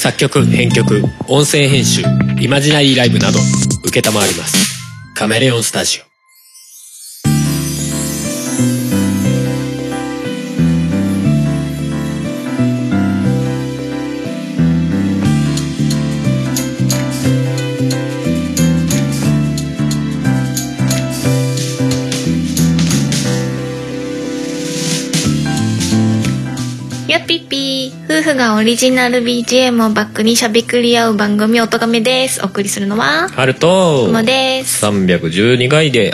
作曲編曲音声編集イマジナリーライブなど承ります。カメレオンスタジオ。 やっぴっぴー、夫婦がオリジナル BGM をバックにしゃべくり合う番組おとがめです。お送りするのはハルともです。 312回で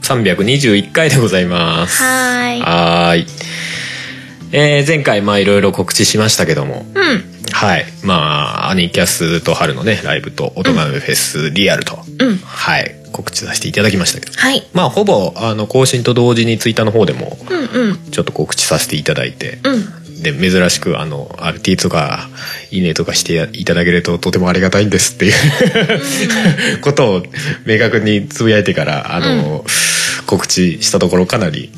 321回でございます。 はい。 前回いろいろ告知しましたけども、はい、アニキャスと春のねライブとおとがめフェスリアルと、はい、告知させていただきましたけど、はい、ほぼ更新と同時にツイッターの方でもちょっと告知させていただいて、で珍しくRT とかいいねとかしていただけるととてもありがたいんですっていうことを明確につぶやいてから告知したところかなり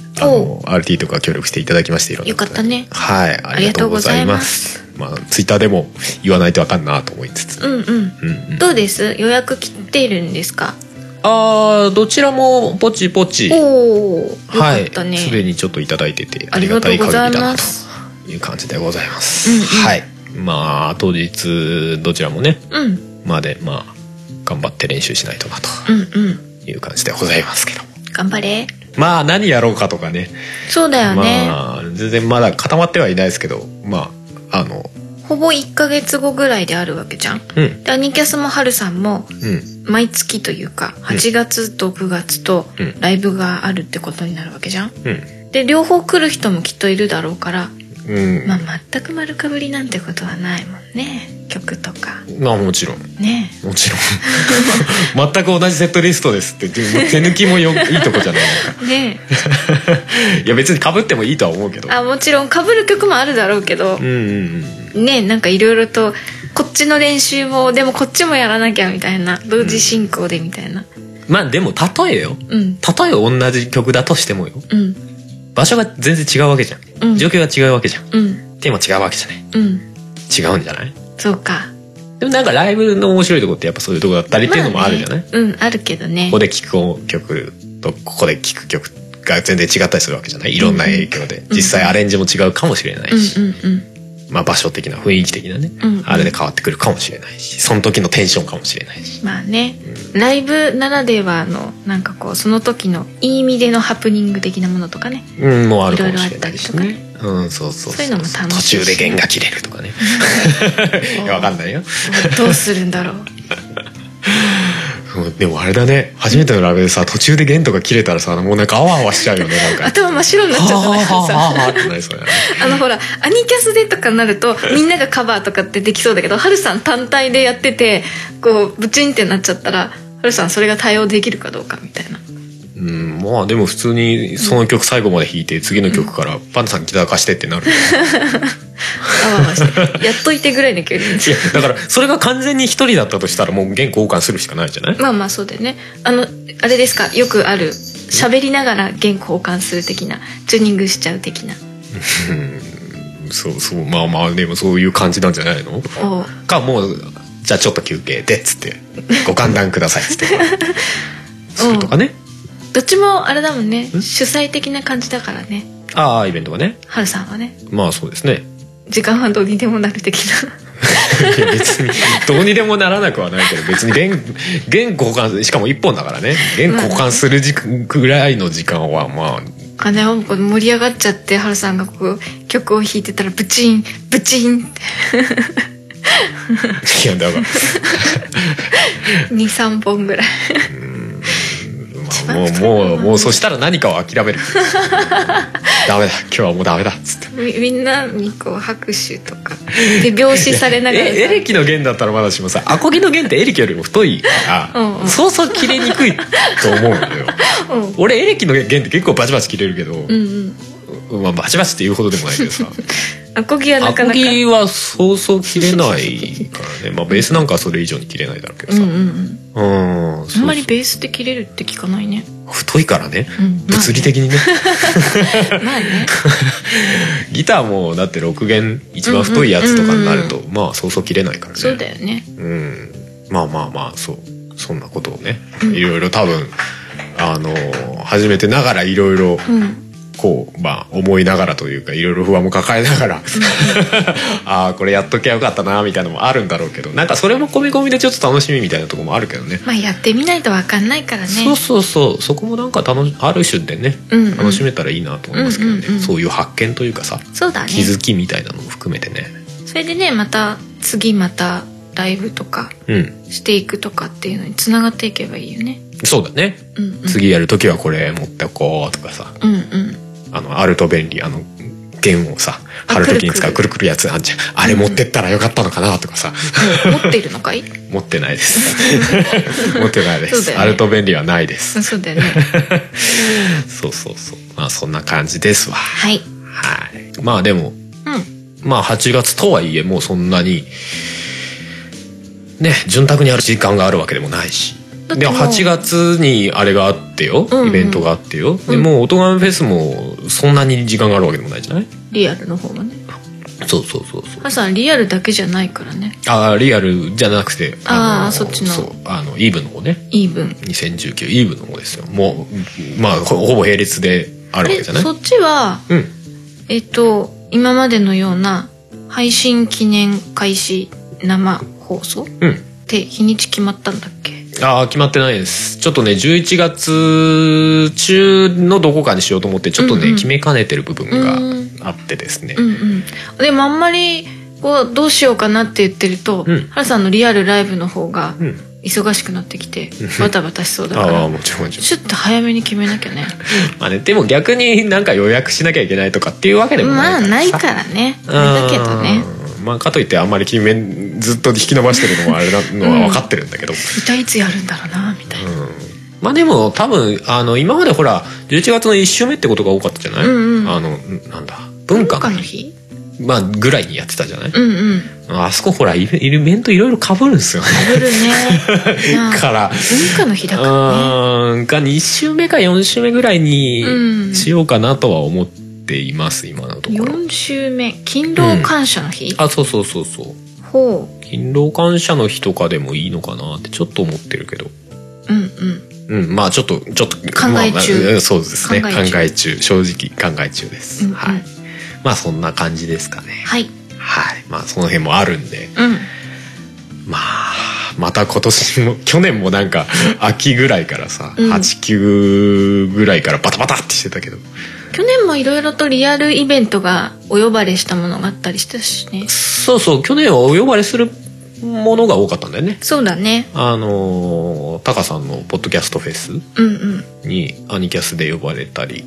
RT とか協力していただきまして、いろんなよかったね。 はい、ありがとうございます。ツイッターでも言わないとあかんなと思いつつ、 どうです？予約来ているんですか？ どちらもポチポチ、 はい、 すでにちょっといただいててありがたい限りだなという感じでございます。はい、当日どちらもね、頑張って練習しないとなという感じでございますけども、 頑張れ。 何やろうかとかね、 そうだよね。 全然まだ固まってはいないですけど、 ほぼ1ヶ月後ぐらいであるわけじゃん。でアニキャスもハルさんも毎月というか8月と9月とライブがあるってことになるわけじゃん。で両方来る人もきっといるだろうから、全く丸かぶりなんてことはないもんね、曲とか。 もちろんね、 もちろん全く同じセットリストですって手抜きもいいとこじゃないのかねいや別に被ってもいいとは思うけど、 もちろん被る曲もあるだろうけど、ね、なんかいろいろとこっちの練習もでもこっちもやらなきゃみたいな、同時進行でみたいな。 でも例え同じ曲だとしてもよ、場所が全然違うわけじゃん、状況が違うわけじゃん、テーマ違うわけじゃない、違うんじゃない？そうか。でもなんかライブの面白いとこってやっぱそういうとこだったりっていうのもあるじゃない？あるけどね。ここで聴く曲とここで聴く曲が全然違ったりするわけじゃない？いろんな影響で、実際アレンジも違うかもしれないし、場所的な雰囲気的なね、あれで変わってくるかもしれないし、その時のテンションかもしれないし、ライブならではのなんかこうその時のいい意味でのハプニング的なものとかね、もうあるかもしれないしね。そういうのも楽しい。途中で弦が切れるとかねいやわかんないよどうするんだろうでもあれだね、初めてのライブでさ途中で弦とか切れたらさ、もうなんかアワアワしちゃうよね。なんか頭真っ白になっちゃったねほらアニキャスでとかになるとみんながカバーとかってできそうだけど、ハルさん単体でやっててこうブチンってなっちゃったら、ハルさんそれが対応できるかどうかみたいな。でも普通にその曲最後まで弾いて、次の曲からパンダさんギター貸してってなるやっといてぐらいの距離だからそれが完全に一人だったとしたらもう弦交換するしかないじゃない。そうだよね。あれですか、よくある喋りながら弦交換する的な、チューニングしちゃう的なそうでもそういう感じなんじゃないのか、もうじゃあちょっと休憩でっつってご歓談くださいっつってするとかね。どっちもあれだもんね、主催的な感じだからね。イベントがね、ハルさんはね。そうですね、時間はどうにでもなる的ないや別にどうにでもならなくはないけど、別に弦交換、しかも1本だからね、弦交換するぐらいの時間は盛り上がっちゃって、ハルさんがこう曲を弾いてたらブチンブチンっていやだから2,3 本ぐらいもうそしたら何かを諦めるダメだ今日はもうダメだっつってみんなにこう拍手とかで拍子されながらエレキの弦だったらまだしもさ、アコギの弦ってエレキよりも太いからそうそう切れにくいと思うのよ俺エレキの弦って結構バチバチ切れるけど、バチバチって言うほどでもないけどさアコギはなかなか。 アコギはそうそう切れないからね。まあベースなんかはそれ以上に切れないだろうけどさ。 あんまりベースで切れるって聞かないね。 太いからね、物理的にね。 まあね。 ギターもだって6弦一番太いやつとかになるとまあそうそう切れないからね。 そうだよね。 まあそんなことをね、いろいろ多分初めてながらいろいろこう思いながらというかいろいろ不安も抱えながらああこれやっときゃよかったなみたいなのもあるんだろうけど、なんかそれも込み込みでちょっと楽しみみたいなところもあるけどね。 まあやってみないと分かんないからね。 そうそこもなんかある種でね、楽しめたらいいなと思いますけどね、そういう発見というかさ、 そうだね、 気づきみたいなのも含めてね。 それでねまたライブとかしていくとかっていうのにつながっていけばいいよね。 そうだね、次やる時はこれ持っておこうとかさ、アルト便利弦をさ貼る時に使うくるくるやつあんじゃん、あれ持ってったらよかったのかなとかさ、 持っているのかい？ 持ってないです持ってないです、アルト便利はないです。 そうだよねそうまあそんな感じですわ。はい、まあでも、まあ8月とはいえもうそんなにね潤沢にある時間があるわけでもないし、で8月にあれがあってよ、イベントがあってよ、でもうオトガメフェスもそんなに時間があるわけでもないじゃない、 リアルの方はね。 そうハさんリアルだけじゃないからね。 リアルじゃなくてそっちのイーブンの方ね。 イーブン 2019イーブンの方ですよ。もうまあほぼ並列であるわけじゃない。 そっちは今までのような配信記念開始生放送って日にち決まったんだっけ？ 決まってないです。ちょっとね11月中のどこかにしようと思ってちょっとね、決めかねてる部分があってですね、 でもあんまりどうしようかなって言ってると、原さんのリアルライブの方が忙しくなってきてバタバタしそうだからもちろんちょっと早めに決めなきゃね。 まあね、でも逆になんか予約しなきゃいけないとかっていうわけでもないからさ、 ないからね。だけどね、 まあかといってあんまりずっと引き伸ばしてるのもあれなのは分かってるんだけど、 一体いつやるんだろうなみたいな。 まあでも多分今までほら11月の1週目ってことが多かったじゃない、なんだ文化の日まあぐらいにやってたじゃない、あそこほらイベントいろいろ被るんですよね。 被るねから文化の日だからねが2週目か4週目ぐらいにしようかなとは思っています、今のところ。 4週目勤労感謝の日、 そうほう、 勤労感謝の日とかでもいいのかなってちょっと思ってるけど、まあちょっと考え中、 そうですね、考え中、正直考え中です、まあそんな感じですかね。まあその辺もあるんで、まあまた今年も去年もなんか秋ぐらいからさ、8、9ぐらいからバタバタってしてたけど、 去年もいろいろとリアルイベントがお呼ばれしたものがあったりしたしね。 そう去年はお呼ばれするものが多かったんだよね。 そうだね。 タカさんのポッドキャストフェスにアニキャスで呼ばれたり、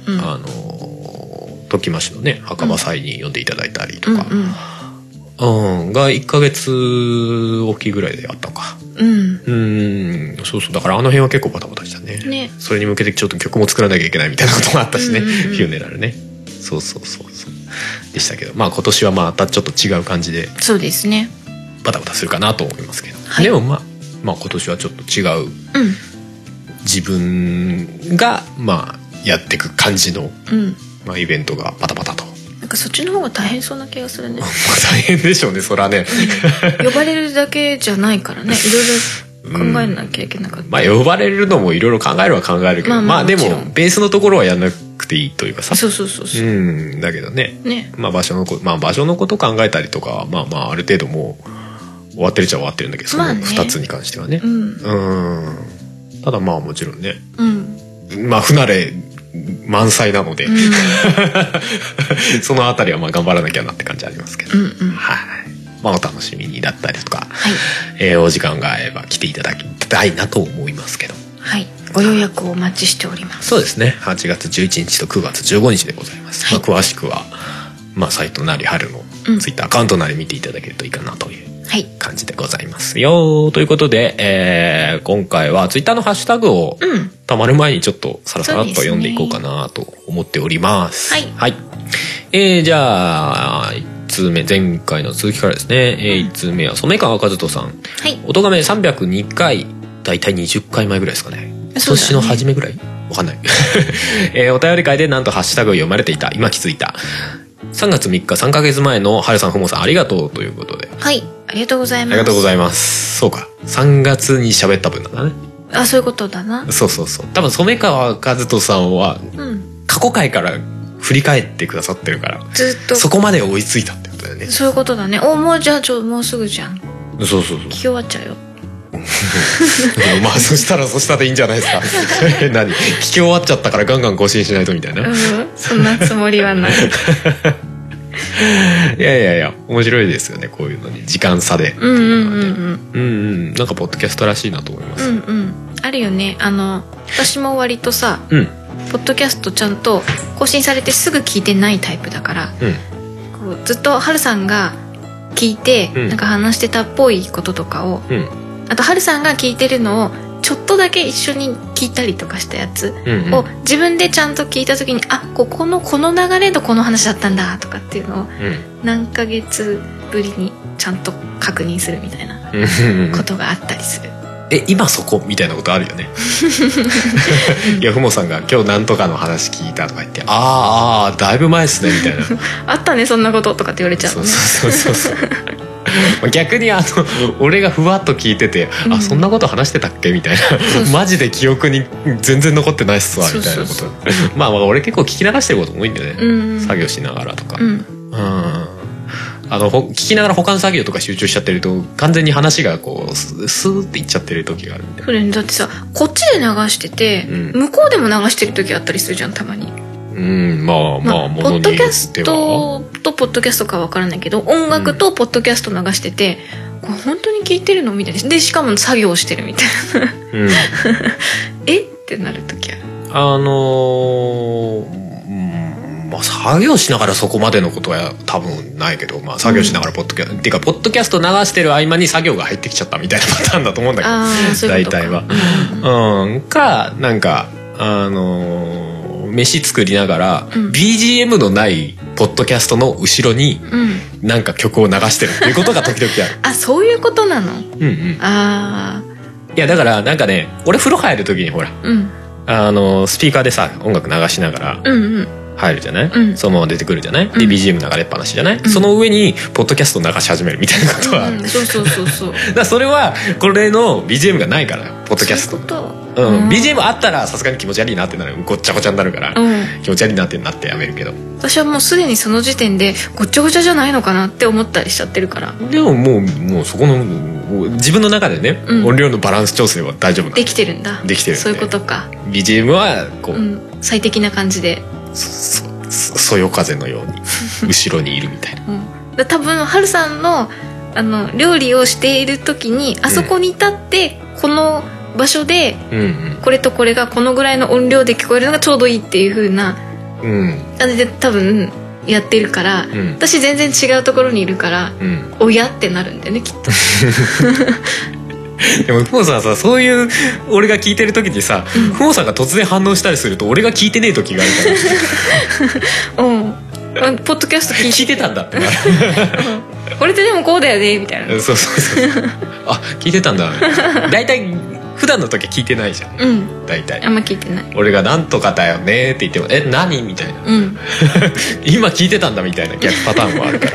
トキマシのね墓場祭に呼んでいただいたりとか、が1ヶ月おきぐらいであったのか。そうだからあの辺は結構バタバタしたね。それに向けてちょっと曲も作らなきゃいけないみたいなこともあったしね、フューネラルね。そうでしたけど、まあ今年はまたちょっと違う感じで、 そうですね、 バタバタするかなと思いますけど、でもまあ今年はちょっと違う、自分がまあやっていく感じの、まあ、イベントがバタバタと。 なんかそっちの方が大変そうな気がするね。 大変でしょうね、そらね。 呼ばれるだけじゃないからね、いろいろ考えなきゃいけなかった。 まあ呼ばれるのもいろいろ考えるは考えるけど、まあでもベースのところはやんなくていいというかさ。 そうだけどね、まあ場所のこと考えたりとか、まあある程度もう終わってるっちゃ終わってるんだけど、その2つに関してはね。ただまあもちろんね、まあ不慣れ満載なので、そのあたりはまあ頑張らなきゃなって感じありますけど、まあお楽しみにだったりとか、お時間が合えば来ていただきたいなと思いますけど、 ご予約をお待ちしております。 そうですね、8月11日と9月15日でございます。詳しくはまあサイトなり春のツイッターアカウントなり見ていただけるといいかなという感じでございますよ。ということで、今回はツイッターのハッシュタグをたまる前にちょっとさらさらっと読んでいこうかなと思っております。じゃあ通目、前回の続きからですね。1通目は染川和人さん。はい。おとがめ302回、だいたい20回前ぐらいですかね。今年の初めぐらいわかんない。お便り会でなんとハッシュタグ読まれていた。今気づいた。3月3日、3ヶ月前のはるさん、ふもさん、ありがとうということで。 はい。ありがとうございます。 ありがとうございます。そうか。3月に喋った分なんだね。 あ、そういうことだな。 そうそうそう。多分染川和人さんは、過去回から振り返ってくださってるから、 ずっとそこまで追いついたってことだよね。 そういうことだね。もうじゃあもうすぐじゃん。 そうそうそう。 聞き終わっちゃうよ。 まあそしたらでいいんじゃないですか。何聞き終わっちゃったからガンガン更新しないとみたいな。 そんなつもりはない。 いや面白いですよね、こういうのに時間差で。なんかポッドキャストらしいなと思います。 あるよね。私も割とさ、ポッドキャストちゃんと更新されてすぐ聞いてないタイプだから、こうずっとはるさんが聞いて、なんか話してたっぽいこととかを、あとはるさんが聞いてるのをちょっとだけ一緒に聞いたりとかしたやつを自分でちゃんと聞いた時に、この流れとこの話だったんだとかっていうのを何ヶ月ぶりにちゃんと確認するみたいなことがあったりする。 今そこみたいなことあるよね。いや、ふもさんが今日なんとかの話聞いたとか言って、だいぶ前っすねみたいな。 あったねそんなこととかって言われちゃうのね。 そう逆に俺がふわっと聞いてて、そんなこと話してたっけみたいな、マジで記憶に全然残ってないっすわみたいなこと。まあ俺結構聞き流してること多いんでね、作業しながらとか。聞きながら他の作業とか集中しちゃってると完全に話がこうスーっていっちゃってる時があるんで。 それだってさ、こっちで流してて、向こうでも流してる時あったりするじゃん、たまに。 まあポッドキャストとポッドキャストかわからないけど、音楽とポッドキャスト流してて、これ本当に聞いてるのみたいな。でしかも作業してるみたいな。ってなる時ある。 作業しながらそこまでのことは多分ないけど、作業しながらポッドキャスト、っていうかポッドキャスト流してる合間に作業が入ってきちゃったみたいなパターンだと思うんだけど、大体は。なんか飯作りながら、BGM のないポッドキャストの後ろになんか曲を流してるっていうことが時々ある。 そういうことなの。 いやだからなんかね、俺風呂入る時にほら、スピーカーでさ音楽流しながら入るじゃない、そのまま出てくるじゃない、で BGM 流れっぱなしじゃない、その上にポッドキャスト流し始めるみたいなことはある。 そうだからそれはこれの BGM がないからポッドキャスト。BGM あったらさすがに気持ち悪いなってなる、ごっちゃごちゃになるから、気持ち悪いなってなってやめるけど、 私はもうすでにその時点でごっちゃごちゃじゃないのかなって思ったりしちゃってるから。 でももうそこの自分の中でね、音量のバランス調整は大丈夫なできてるんだ。 できてるんで、 そういうことか。 BGM はこう、 最適な感じでそよ風のように後ろにいるみたいな。多分はるさんの料理をしている時にあそこに立って、この場所でこれとこれがこのぐらいの音量で聞こえるのがちょうどいいっていう風な感じで多分やってるから、私全然違うところにいるから、おやってなるんだよねきっと。 でもふもさんさ、そういう俺が聞いてる時にさ、ふもさんが突然反応したりすると俺が聞いてねえ時があるから。 ポッドキャスト聞いてたんだってなる。 これってでもこうだよねみたいな。 そう聞いてたんだ。大体普段の時は聞いてないじゃん。大体あんま聞いてない。 俺がなんとかだよねって言っても何みたいな、今聞いてたんだみたいな逆パターンもあるから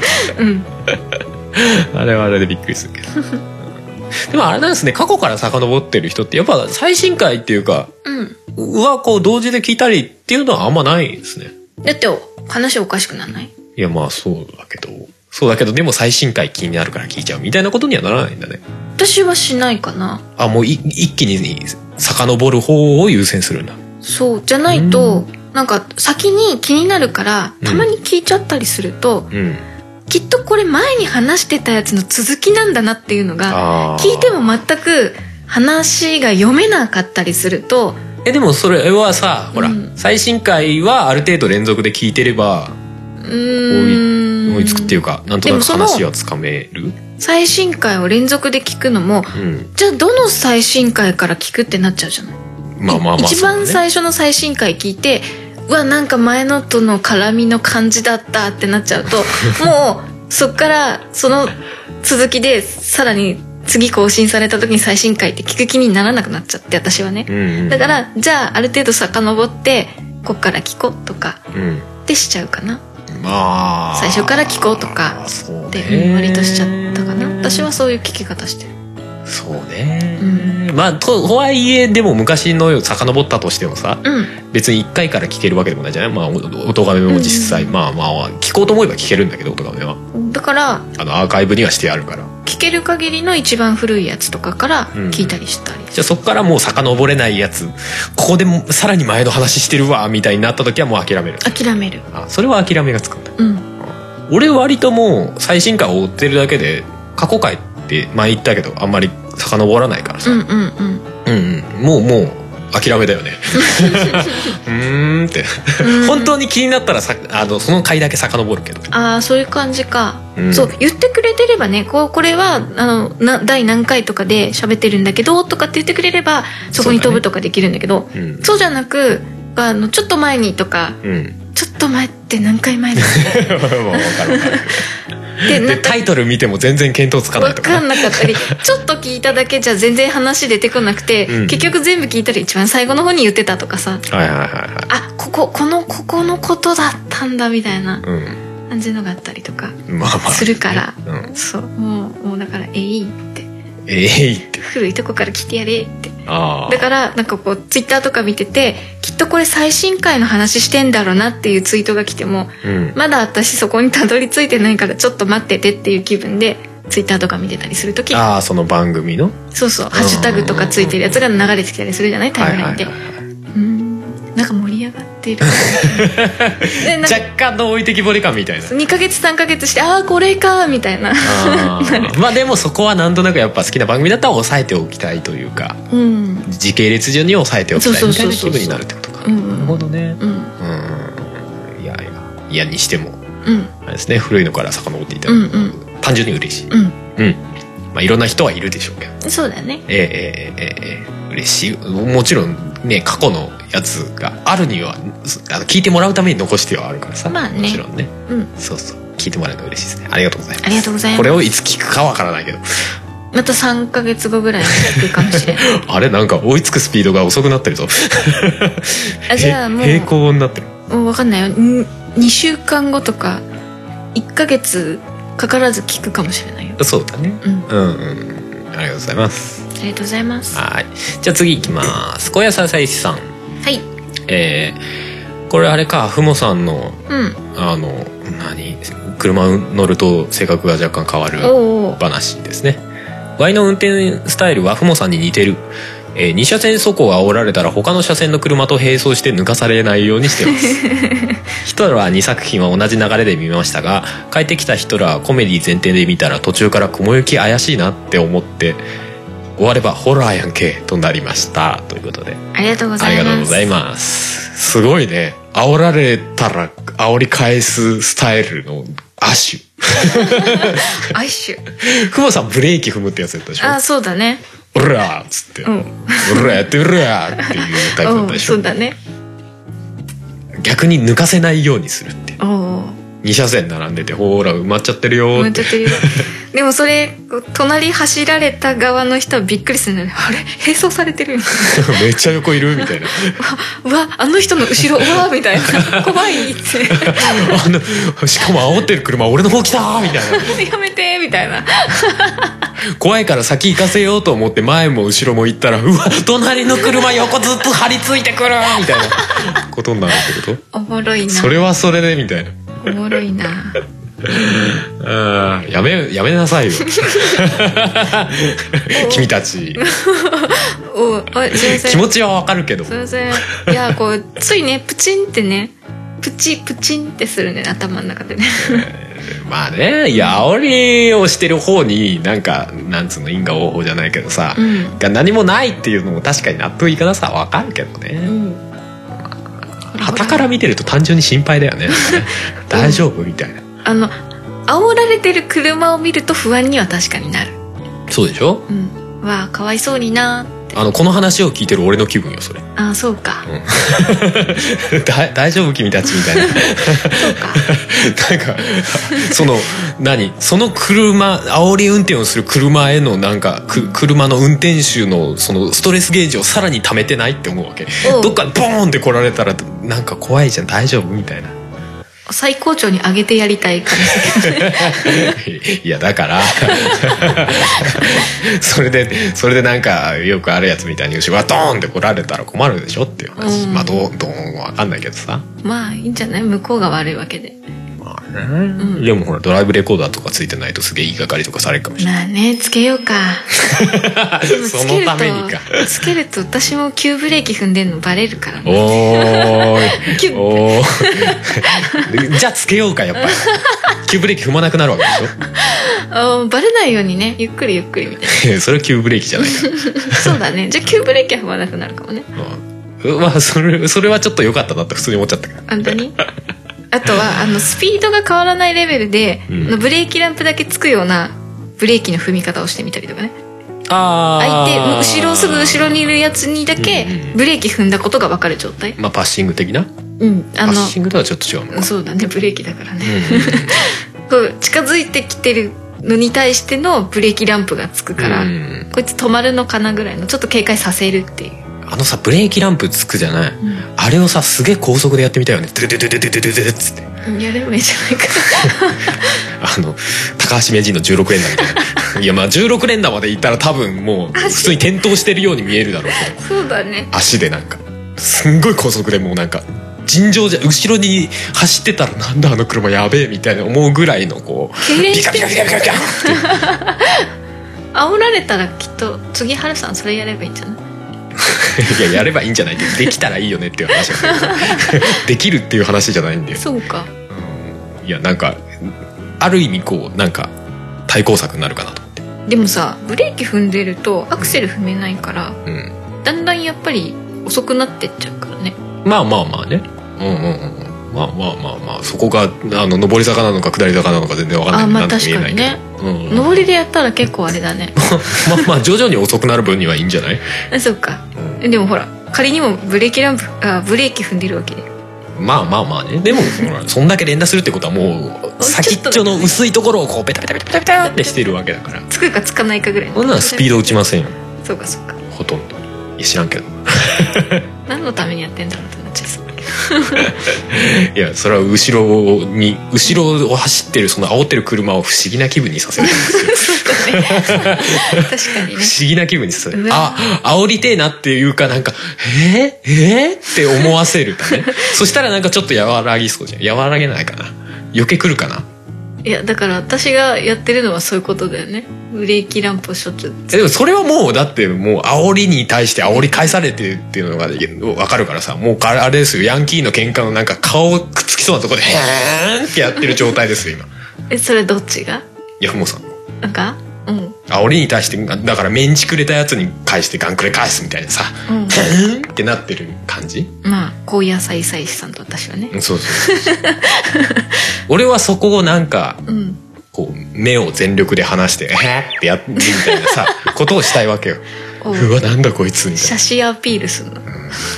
。あれはあれでびっくりするけど。でもあれなんですね、過去から遡ってる人ってやっぱ最新回っていうか、こう同時で聞いたりっていうのはあんまないですね。 だって話おかしくならない？ いやそうだけどでも最新回気になるから聞いちゃうみたいなことにはならないんだね。 私はしないかな。 もう一気に遡る方を優先するんだ。 そうじゃないと、なんか先に気になるからたまに聞いちゃったりすると、きっとこれ前に話してたやつの続きなんだなっていうのが聞いても全く話が読めなかったりすると。 でもそれはさ、ほら最新回はある程度連続で聞いてれば追いつくっていうか、なんとなく話はつかめる。 最新回を連続で聞くのも、じゃあどの最新回から聞くってなっちゃうじゃない。一番最初の最新回聞いて、なんか前のとの絡みの感じだったってなっちゃうともうそっからその続きでさらに次更新された時に最新回って聞く気にならなくなっちゃって、私はね、だからじゃあある程度遡ってこっから聞こうとかってしちゃうかな、まあ最初から聞こうとかって割としちゃったかな。私はそういう聞き方してる。 そうね、まあとはいえでも昔の遡ったとしてもさ、別に1回から聞けるわけでもないじゃない。まあ音亀も実際、まあ聞こうと思えば聞けるんだけど、音亀はだからアーカイブにはしてあるから聞ける限りの一番古いやつとかから聞いたりしたり、 じゃあそこからもう遡れないやつ、ここでもさらに前の話してるわみたいになった時はもう諦める。それは諦めがつくんだ。俺割ともう最新回を追ってるだけで、過去回って前言ったけどあんまり遡らないからさ、もう諦めだよねって本当に気になったらその回だけ遡るけど、 そういう感じか、そう言ってくれてればね、これは第何回とかで喋ってるんだけどとかって言ってくれればそこに飛ぶとかできるんだけど、そうじゃなくちょっと前にとか、ちょっと前って何回前だって分かるでタイトル見ても全然見当つかないとか、 分かんなかったりちょっと聞いただけじゃ全然話出てこなくて、結局全部聞いたら一番最後の方に言ってたとかさ、ここのことだったんだみたいな感じのがあったりとかするから、そうもうだから古いとこから来てやれって。だからなんかこうツイッターとか見てて、きっとこれ最新回の話してんだろうなっていうツイートが来ても、まだ私そこにたどり着いてないからちょっと待っててっていう気分でツイッターとか見てたりするとき、 その番組のそうハッシュタグとかついてるやつが流れてきたりするじゃない、タイムラインで。なんか盛り上がってる若干の置いてきぼり感みたいな、 2ヶ月3ヶ月してこれかみたいなまあでもそこはなんとなくやっぱ好きな番組だったら抑えておきたいというか、時系列順に抑えておきたいみたいな気分になるってことか。なるほどね。いやにしてもあれですね、古いのから遡っていただく単純に嬉しい。まあいろんな人はいるでしょうけど、 そうだね。 嬉しい。もちろんね、過去のやつがあるには聞いてもらうために残してはあるからさ、もちろんね、そう聞いてもらえるの嬉しいですね。ありがとうございます。 ありがとうございます。 これをいつ聞くかわからないけど、 また3ヶ月後ぐらいに聞くかもしれないあれなんか追いつくスピードが遅くなってるぞじゃあもう平行になってる。 もう分かんないよ、2週間後とか1ヶ月かからず聞くかもしれないよ。 そうだね。ありがとうございます。 ありがとうございます。 はい、じゃあ次いきます。小屋ささいさん。 はい。 これあれか、ふもさんの、車乗ると性格が若干変わる話ですね。ワイの運転スタイルはふもさんに似てる。2車線走行が煽られたら他の車線の車と並走して抜かされないようにしてますヒトラー2作品は同じ流れで見ましたが、帰ってきたヒトラーコメディ前提で見たら途中から雲行き怪しいなって思って、終わればホラーやんけとなりましたということで、 ありがとうございます。 ありがとうございます。すごいね、煽られたら煽り返すスタイルの亜種亜種ふもさんブレーキ踏むってやつだったでしょ。 そうだね。 オラーっつって、オラやってるやっていうタイプだったでしょ。 そうだね。 逆に抜かせないようにするっていう。2車線並んでて、ほら埋まっちゃってるよって。 でもそれ隣走られた側の人はびっくりするんだよね。あれ並走されてるよめっちゃ横いるみたいなうわあの人の後ろうわみたいな怖いってしかも煽ってる車俺の方来たみたいなやめてみたいな怖いから先行かせようと思って前も後ろも行ったら、うわ隣の車横ずっと張り付いてくるみたいなことになるってこと。 おもろいな。 それはそれでみたいな。 おもろいなやめなさいよ君たち気持ちはわかるけど、 すいません。いやこうついねプチンってね、プチンってするね、頭の中でねまあね、いや煽りをしてる方になんつうの因果応報じゃないけどさ、が何もないっていうのも確かに納得いかなさはわかるけどね。傍から見てると単純に心配だよね大丈夫みたいな。 煽られてる車を見ると不安には確かになる。 そうでしょ。 わあかわいそうになっってこの話を聞いてる俺の気分よそれ。 ああそうか、 大丈夫君たちみたいなそうかなんかその煽り運転をする車へのなんか車の運転手のそのストレスゲージをさらに溜めてないって思うわけ。どっかボーンって来られたらなんか怖いじゃん、大丈夫みたいな。 最高潮に上げてやりたい感じだけどねいやだからそれでなんかよくあるやつみたいに後ろがドーンって来られたら困るでしょっていう話、まあどう分かんないけどさ、 まあいいんじゃない、向こうが悪いわけで。 まあね、でもほらドライブレコーダーとかついてないとすげえ言いがかりとかされるかもしれない。 まあね、つけようかそのためにか。 つけると私も急ブレーキ踏んでんのバレるからね。 おーじゃあつけようか、やっぱり急ブレーキ踏まなくなるわけでしょバレないようにね、ゆっくりゆっくりみたいなそれは急ブレーキじゃないかそうだね、じゃあ急ブレーキは踏まなくなるかもね。 まあそれはちょっと良かったなって普通に思っちゃったから。 本当にあとはスピードが変わらないレベルで、ブレーキランプだけつくようなブレーキの踏み方をしてみたりとかね。相手すぐ後ろにいるやつにだけブレーキ踏んだことが分かる状態、 まあパッシング的な、パッシングとはちょっと違うのか。 そうだね、ブレーキだからね、近づいてきてるのに対してのブレーキランプがつくから、こいつ止まるのかなぐらいのちょっと警戒させるっていう。 ブレーキランプつくじゃない、あれをさすげえ高速でやってみたいよね。ドゥドゥドゥドゥドゥドゥドゥっつってやればいいじゃないか高橋名人の16連打みたいないやまあ16連打までいったら多分もう普通に転倒してるように見えるだろうけどそうだね、 足でなんかすんごい高速でもうなんか尋常じゃ後ろに走ってたらなんだあの車やべえみたいな思うぐらいのこうピカピカピカピカピカって煽られたらきっと次春さんそれやればいいんじゃないいややればいいんじゃないって、できたらいいよねっていう話なんだけどできるっていう話じゃないんだよ。 そうか、 いやなんかある意味こうなんか対抗策になるかなと思って。でもさブレーキ踏んでるとアクセル踏めないから、だんだんやっぱり遅くなってっちゃうからね。 まあまあまあね、まあそこが上り坂なのか下り坂なのか全然分かんない。 まあ確かにね、上りでやったら結構あれだねまあ徐々に遅くなる分にはいいんじゃないそうか、でもほら仮にもブレーキ踏んでるわけで、 まあね、でもほらそんだけ連打するってことはもう先っちょの薄いところをこうペタペタペタペタペタってしてるわけだから、 つくかつかないかぐらいの。 そんなスピード打ちませんよ。 そうかそうか、 ほとんど。いや知らんけど何のためにやってんだろうってなっちゃいそういやそれは後ろを走ってるその煽ってる車を不思議な気分にさせるんですよ確かにね、 不思議な気分にさせる。煽りてえなっていうかなんかって思わせるためそしたらなんかちょっと和らぎそうじゃん。和らげないかな、余計来るかな。 いやだから私がやってるのはそういうことだよね。ブレーキランプをしょっちゅう。 でもそれはもうだってもう煽りに対して煽り返されてるっていうのが分かるからさ、もうあれですよ、ヤンキーの喧嘩のなんか顔くっつきそうなところでヘーンってやってる状態ですよ今。 それどっちが？ いやふもさんなんか煽りに対してだからメンチくれたやつに返してガンくれ返すみたいなさ、ヘーンってなってる感じ。 まあ高野菜菜師さんと私はね、 そう俺はそこをなんか、こう目を全力で離してってやってみたいなさことをしたいわけよ。うわなんだこいつみたいな。 写真アピールするの、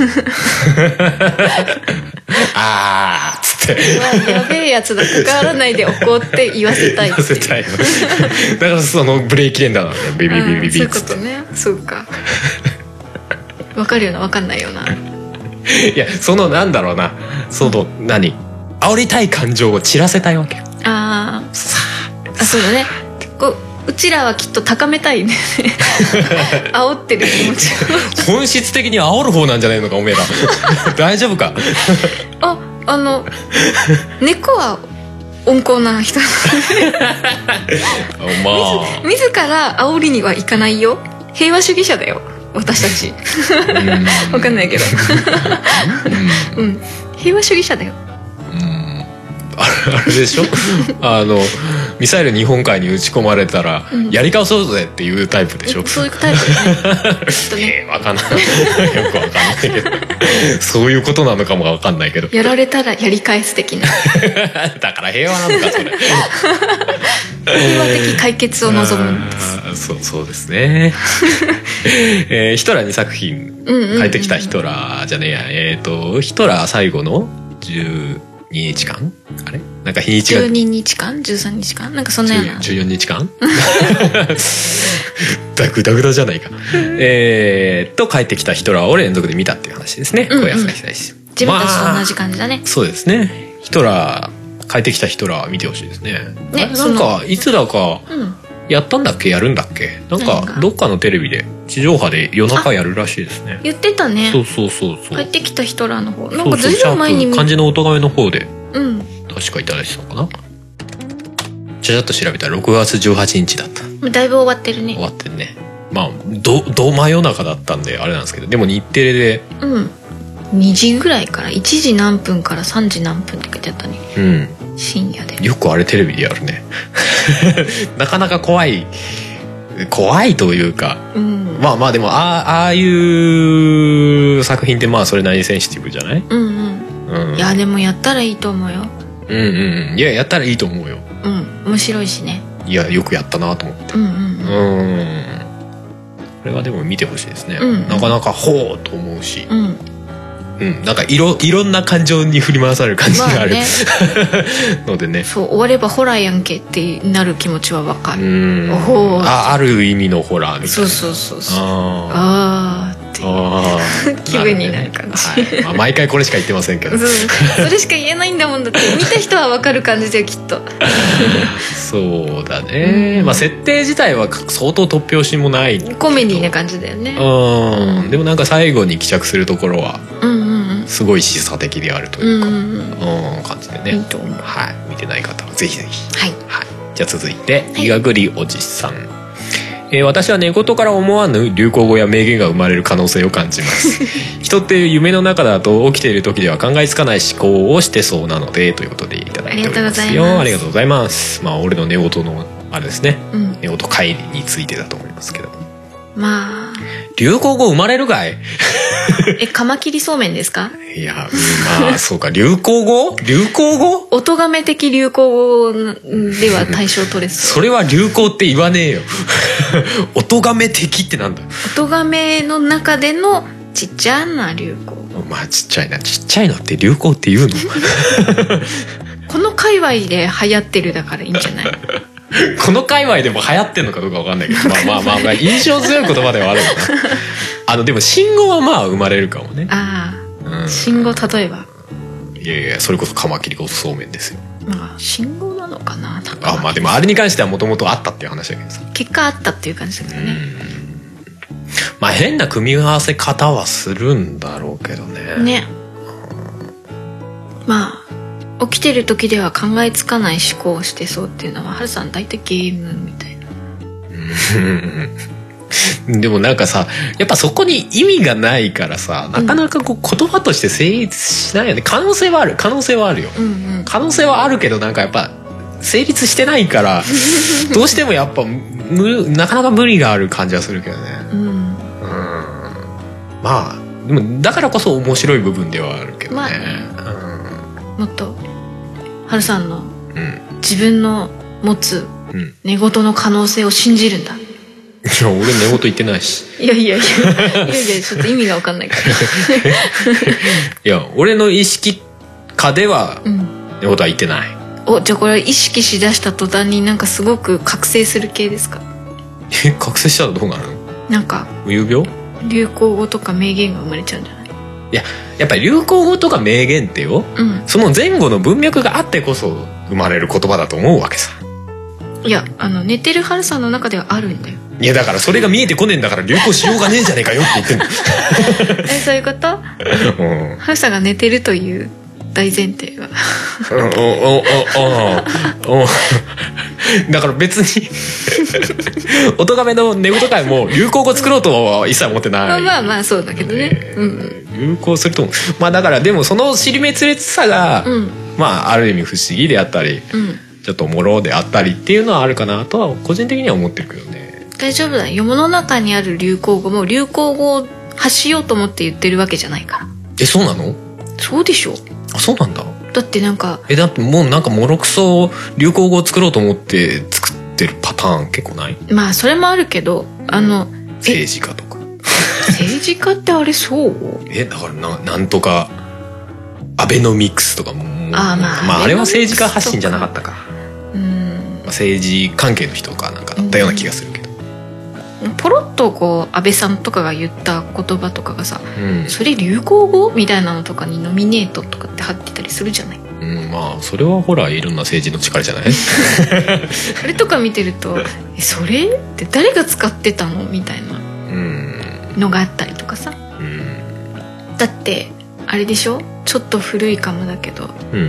あーっつってやべえやつだ、関わらないでおこうって言わせたいっていう。 だからそのブレーキ連打なんだよ、ビビビビビビそういうことね。そうかわかるようなわかんないような。 いやそのなんだろうな、その何煽りたい感情を散らせたいわけよ。 そうだね、うちらはきっと高めたいね煽ってる気持ちを本質的に煽る方なんじゃないのかおめえら大丈夫か猫は温厚な人自ら煽りにはいかないよ。平和主義者だよ私たちわかんないけど平和主義者だよ。 あれでしょミサイル日本海に撃ち込まれたら、やり返そうぜっていうタイプでしょ。 そういうタイプですね。 わかんないよくわかんないけどそういうことなのかもわかんないけど、 やられたらやり返す的なだから平和なのかそれ平和的解決を望むんです。 そうですねヒトラー2作品帰ってきたヒトラーじゃねえや、ヒトラー最後の12日間、あれなんか日にちが 12日間13日間なんかそんなような 14日間グダグダじゃないか帰ってきたヒトラーを連続で見たっていう話ですね。小安崎大師、 自分たちと同じ感じだね。 そうですね。ヒトラー帰ってきたヒトラー見てほしいですね。なんかいつだかやったんだっけ、やるんだっけ、なんかどっかのテレビで地上波で夜中やるらしいですね。 言ってたね。 そう帰ってきたヒトラーの方なんかずいぶん前に漢字の音亀の方で確かいただいてたのかな。ちゃちゃっと調べたら6月18日だった。 だいぶ終わってるね。 終わってるね。まあど真夜中だったんであれなんですけど、でも日テレで 2時ぐらいから1時何分から3時何分って書いてあったね。深夜で。 よくあれテレビでやるねなかなか怖いというか、まあでもああいう作品ってまあそれなりにセンシティブじゃない？ いやでもやったらいいと思うよ。 いややったらいいと思うよ。 面白いしね。 いやよくやったなと思って。これはでも見てほしいですね。なかなかほうと思うし、なんかいろんな感情に振り回される感じがある、のでね。 そう終わればホラーやんけってなる気持ちはわかる。 ある意味のホラーみたいな。 そうあーって気分になる感じ。 毎回これしか言ってませんけどそれしか言えないんだもんだって。見た人はわかる感じだよきっとそうだね。設定自体は相当突拍子もないコメディな感じだよね。 でもなんか最後に帰着するところはすごい示唆的であるというか感じでね。見てない方はぜひぜひ。じゃあ続いていがぐりおじさん。私は寝言から思わぬ流行語や名言が生まれる可能性を感じます人って夢の中だと起きている時では考えつかない思考をしてそうなので、ということでいただいておりますよ。ありがとうございます。俺の寝言のあれですね、寝言会についてだと思いますけど、流行語生まれるかいカマキリそうめんですか？ いやそうか。流行語音がめ的流行語では対象取れそうそれは流行って言わねえよ音がめ的ってなんだ。 音がめの中でのちっちゃな流行語。 ちっちゃいのって流行って言うのこの界隈で流行ってるだからいいんじゃないこの界隈でも流行ってんのかどうか分かんないけど印象強い言葉ではあるのかでも信号は生まれるかもね。 信号例えばいやそれこそカマキリがそうめんですよ。 信号なのかな。 でもあれに関してはもともとあったっていう話だけどさ、 結果あったっていう感じだけどね。 変な組み合わせ方はするんだろうけどね。 起きてる時では考えつかない思考をしてそうっていうのはハルさん大体ゲームみたいな。 でもなんかさ、やっぱそこに意味がないからさ、なかなか言葉として成立しないよね。可能性はあるよ、可能性はあるけど、なんかやっぱ成立してないからどうしてもやっぱなかなか無理がある感じはするけどね。でもだからこそ面白い部分ではあるけどね。 もっとハルさんの自分の持つ寝言の可能性を信じるんだ。 いや俺寝言言ってないし。いやちょっと意味が分かんないからいや俺の意識下では寝言は言ってない。 じゃあこれは意識しだした途端になんかすごく覚醒する系ですか？ 覚醒したらどうなるの？ なんか有病？ 流行語とか名言が生まれちゃうんじゃない？ いややっぱり流行語とか名言ってよ、その前後の文脈があってこそ生まれる言葉だと思うわけさ。 いや寝てるハルさんの中ではあるんだよ。 いやだからそれが見えてこねえんだから流行しようがねえんじゃねえかよって言ってんのそういうこと？ハルさんが寝てるという大前提はだから別に音亀の寝言会も流行語作ろうとは一切思ってない。 そうだけどね、 流行すると思う。だからでもその尻滅裂さが、ある意味不思議であったり、じちょっともろであったりっていうのはあるかなとは個人的には思ってるけどね。 大丈夫だよ、世の中にある流行語も流行語を発しようと思って言ってるわけじゃないから。 そうなの？ そうでしょ。 あ、そうなんだ。 だってなんかだってもうなんかもろくそ流行語を作ろうと思って作ってるパターン結構ない？ まあそれもあるけど、 政治家とか政治家ってあれそう？ だからなんとかアベノミクスとかも、まああれは政治家発信じゃなかったか。政治関係の人かなんかだったような気がするけど、 ポロッとこう安倍さんとかが言った言葉とかがさ、それ流行語みたいなのとかにノミネートとかって貼ってたりするじゃない。 まあそれはほらいろんな政治の力じゃないあれとか見てるとそれって誰が使ってたのみたいなのがあったりとかさ、だってあれでしょ、ちょっと古いかもだけど、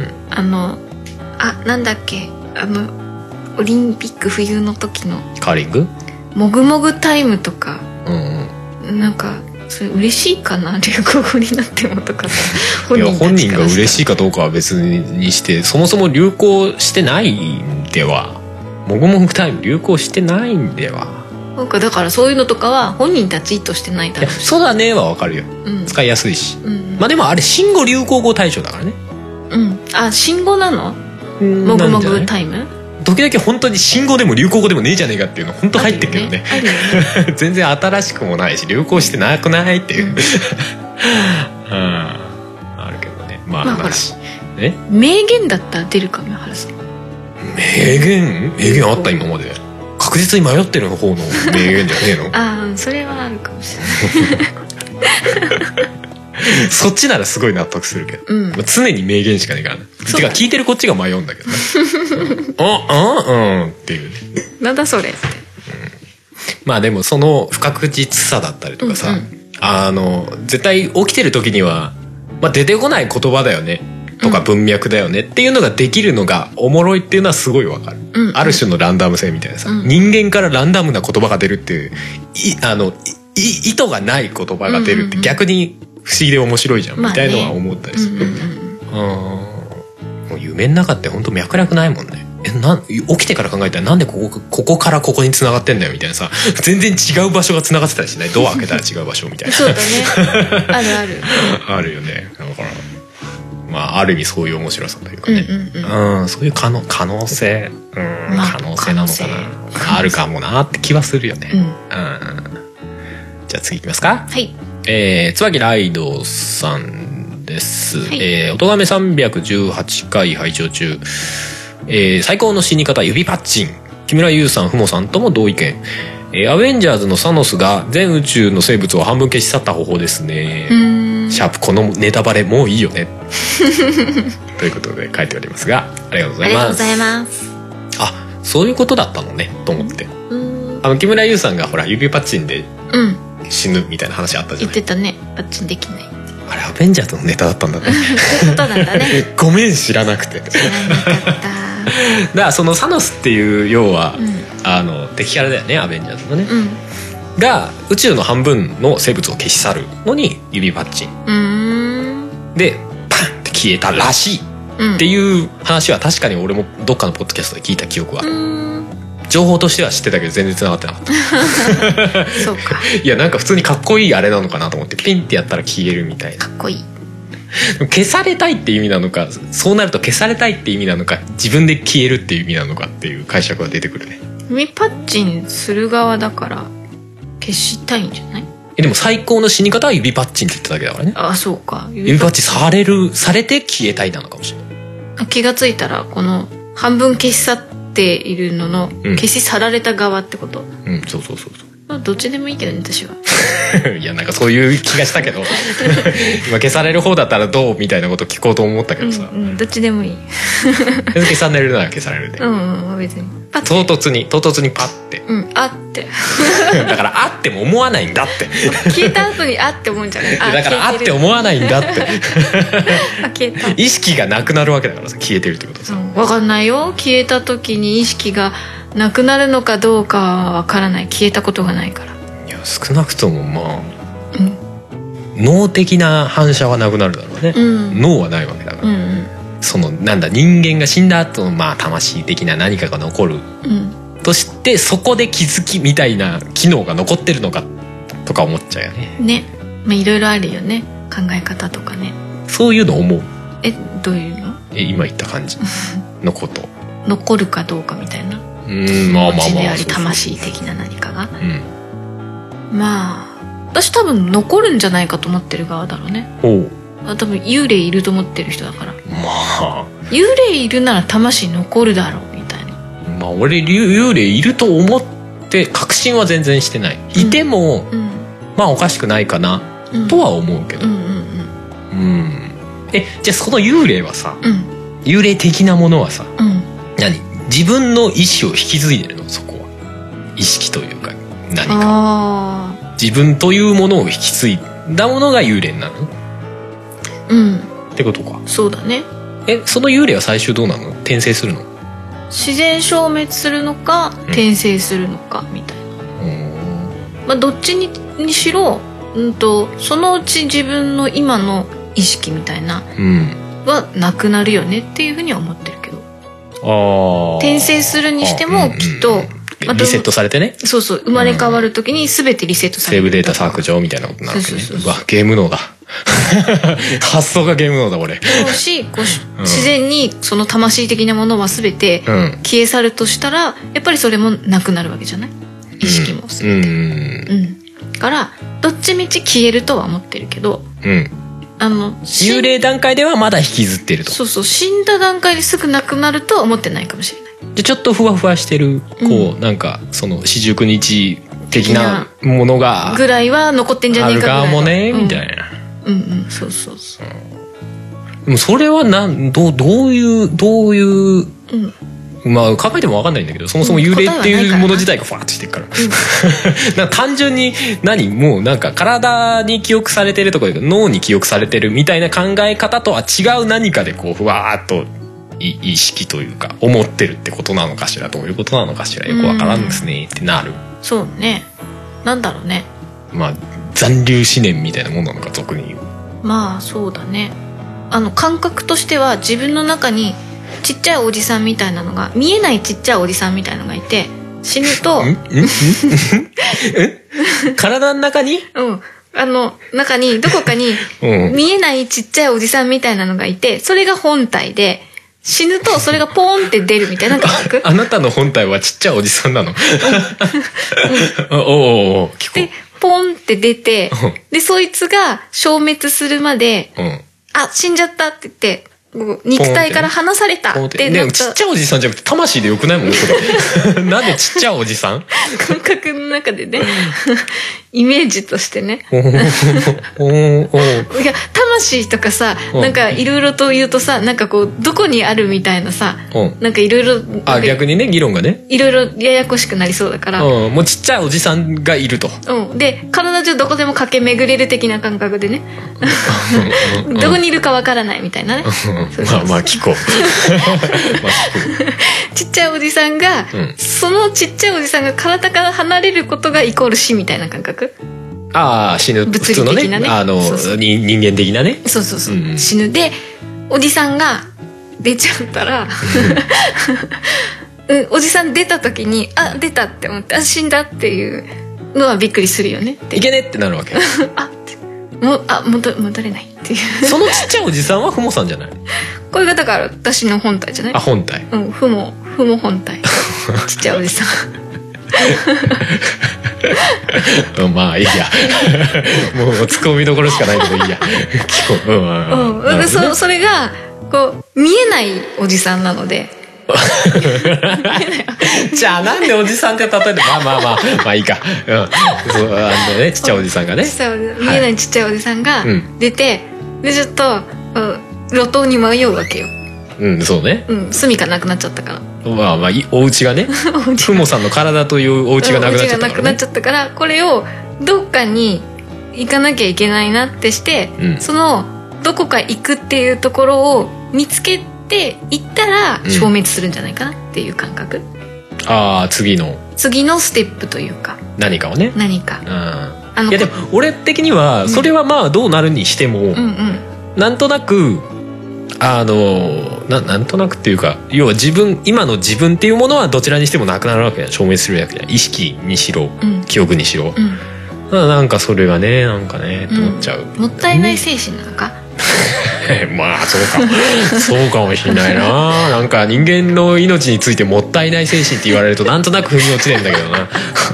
なんだっけ、オリンピック冬の時のカーリングもぐもぐタイムとか、なんかそれ嬉しいかな、流行語になってもとかさ本人が嬉しいかどうかは別にして、そもそも流行してないんでは、もぐもぐタイム流行してないんでは、 なんかだからそういうのとかは本人たち意図してないだろうし。 そうだねはわかるよ、使いやすいし、まあでもあれ新語・流行語大賞だからね。 新語なの？もぐもぐタイム？ 時々本当に新語でも流行語でもねえじゃねえかっていうの本当入ってるけどね。全然新しくもないし流行してなくないっていう、あるけどね。まあ名言だったら出るかも、原さん。 名言あった今まで？確実に迷ってる方の名言じゃねえの？それはあるかもしれない。 そっちならすごい納得するけど、常に名言しかねえからね。てか聞いてるこっちが迷うんだけどね。っていうね。 なんだそれって。 まあでもその不確実さだったりとかさ、絶対起きてる時には、出てこない言葉だよねとか文脈だよねっていうのができるのがおもろいっていうのはすごいわかる。ある種のランダム性みたいなさ、人間からランダムな言葉が出るっていう意図がない言葉が出るって逆に不思議で面白いじゃん、みたいのは思ったりする。もう夢の中って本当脈絡ないもんね。起きてから考えたらなんでここからここに繋がってんだよみたいなさ、全然違う場所が繋がってたりしない？ドア開けたら違う場所みたいな。 そうだね。あるある。 あるよね。だからある意味そういう面白さというかね、そういう可能性、可能性なのかな、あるかもなって気はするよね。じゃあ次いきますか。 はい。 椿ライドさんです。おとがめ318回拝聴中。最高の死に方指パッチン。木村優さん、ふもさんとも同意見。アベンジャーズのサノスが全宇宙の生物を半分消し去った方法ですね。シャープこのネタバレもういいよね。ということで書いておりますが、ありがとうございます。ありがとうございます。そういうことだったのねと思って。木村優さんがほら指パッチンで死ぬみたいな話あったじゃない。 言ってたね。パッチンできない。 あれアベンジャーズのネタだったんだね。 そういうことなんだね。 ごめん知らなくて。知らなかった。だからそのサノスっていう要は、敵キャラだよね、アベンジャーズのね、が宇宙の半分の生物を消し去るのに指パッチンでパンって消えたらしいっていう話は確かに俺もどっかのポッドキャストで聞いた記憶はある。情報としては知ってたけど全然繋がってなかった。そうか。いやなんか普通にかっこいいあれなのかなと思ってピンってやったら消えるみたいな。 かっこいい。 消されたいって意味なのか、そうなると消されたいって意味なのか、自分で消えるっていう意味なのかっていう解釈が出てくるね。 指パッチンする側だから消したいんじゃない？ でも最高の死に方は指パッチンって言っただけだからね。 あ、そうか。 指パッチンされて消えたいなのかもしれない。 気がついたらこの半分消し去っているのの、消し去られた側ってこと？ そうそうそうそう。 どっちでもいいけどね、私は。 いやなんかそういう気がしたけど今消される方だったらどうみたいなこと聞こうと思ったけどさ、 どっちでもいい。 消されるなら消されるで、 別に唐突にパッて、 あってだからあっても思わないんだって。 消えた後にあって思うんじゃない？ だからあって思わないんだって。消えた。意識がなくなるわけだからさ、消えてるってことさ。 分かんないよ。消えた時に意識がなくなるのかどうかは分からない。消えたことがないから。 いや少なくともまあ、脳的な反射はなくなるだろうね。脳はないわけだから。 そのなんだ人間が死んだ後のまあ魂的な何かが残る、としてそこで気づきみたいな機能が残ってるのかとか思っちゃうよね。 ね、まあいろいろあるよね、考え方とかね。 そういうの思う？ どういうの？ 今言った感じのこと。 残るかどうかみたいな。 まあまあまあ。 であり魂的な何かが。まあ私多分残るんじゃないかと思ってる側だろうね。多分幽霊いると思ってる人だから。まあ幽霊いるなら魂残るだろうみたいな。 まあ俺幽霊いると思って確信は全然してない。いても、まあおかしくないかな、とは思うけど。じゃあその幽霊はさ、幽霊的なものはさ、自分の意思を引き継いでるの？そこは意識というか何か自分というものを引き継いだものが幽霊になるの？ってことか。そうだね。その幽霊は最終どうなの？転生するの？ 自然消滅するのか転生するのかみたいな。まあどっちにしろ、そのうち自分の今の意識みたいなはなくなるよねっていうふうには思ってるけど。転生するにしてもきっとリセットされてね。 そうそう、生まれ変わる時に全てリセットされる。 セーブデータ削除みたいなことになるわけね。うわ、ゲーム脳だ。発想がゲーム脳だ俺。 自然にその魂的なものは全て消え去るとしたら、やっぱりそれもなくなるわけじゃない？意識も全て。からどっちみち消えるとは思ってるけど、 幽霊段階ではまだ引きずってると。 そうそう、死んだ段階ですぐなくなるとは思ってないかもしれない。 でちょっとふわふわしてるなんかその四十九日的なものがぐらいは残ってんじゃねえかぐらいはあるかもねみたいな。 そうそうそう。 でもそれはどういうまあ考えても分かんないんだけど、そもそも幽霊っていうもの自体がファーッとしてるから、なんか単純にもうなんか体に記憶されてるとか脳に記憶されてるみたいな考え方とは違う何かでこうふわーっと意識というか思ってるってことなのかしら、どういうことなのかしら、よく分からんですねってなる。 そうね、なんだろうね。 まあ残留思念みたいなものなのか俗に言う。 まあそうだね。感覚としては自分の中にちっちゃいおじさんみたいなのが、見えないちっちゃいおじさんみたいなのがいて、死ぬと体の中に中にどこかに見えないちっちゃいおじさんみたいなのがいて、それが本体で、死ぬとそれがポーンって出るみたいな感覚。 あなたの本体はちっちゃいおじさんなの？聞こでポンって出て、でそいつが消滅するまで、死んじゃったって言って肉体から離されたってなった。 ちっちゃいおじさんじゃなくて魂でよくないもんそれ。なんでちっちゃいおじさん？ 感覚の中でね、イメージとしてね。いや魂とかさ、なんかいろいろと言うとさ、なんかこうどこにあるみたいなさ、なんかいろいろ逆にね議論がねいろいろややこしくなりそうだから、 もうちっちゃいおじさんがいると。 で体中どこでも駆け巡れる的な感覚でね、どこにいるかわからないみたいなね。 まあ聞こう。 ちっちゃいおじさんが、そのちっちゃいおじさんが体から離れることがイコール死みたいな感覚。 死ぬ、 物理的なね、 普通のね、人間的なね。 そうそうそう、死ぬでおじさんが出ちゃったらおじさん出た時に出たって思って、死んだっていうのはびっくりするよね。 いけねってなるわけ。 戻れないっていう。 そのちっちゃいおじさんはふもさんじゃない？ これがだから私の本体じゃない？ 本体。 ふも本体。ちっちゃいおじさん。まあいいや。もうツッコミどころしかないけどいいや。 それがこう見えないおじさんなので。 じゃあなんでおじさんって例えて、まあいいか。ちっちゃいおじさんがね、 見えないちっちゃいおじさんが出て、でちょっと路頭に迷うわけよ。 そうね。 住みかなくなっちゃったから。 まあお家がね、ふもさんの体というお家がなくなっちゃったからね。お家がなくなっちゃったから、 これをどっかに行かなきゃいけないなってして、そのどこか行くっていうところを見つけて行ったら消滅するんじゃないかなっていう感覚。次のステップというか、 何かをね。 何か。 いやでも俺的にはそれはまあどうなるにしても、なんとなくなんとなくっていうか、要は今の自分っていうものはどちらにしてもなくなるわけだ、消滅するわけじゃん。意識にしろ、記憶にしろ、なんかそれがねなんかねって思っちゃう、 もったいない精神なのかまあそうかもしれないな。なんか人間の命についてもったいない精神って言われるとなんとなく腑に落ちないんだけどな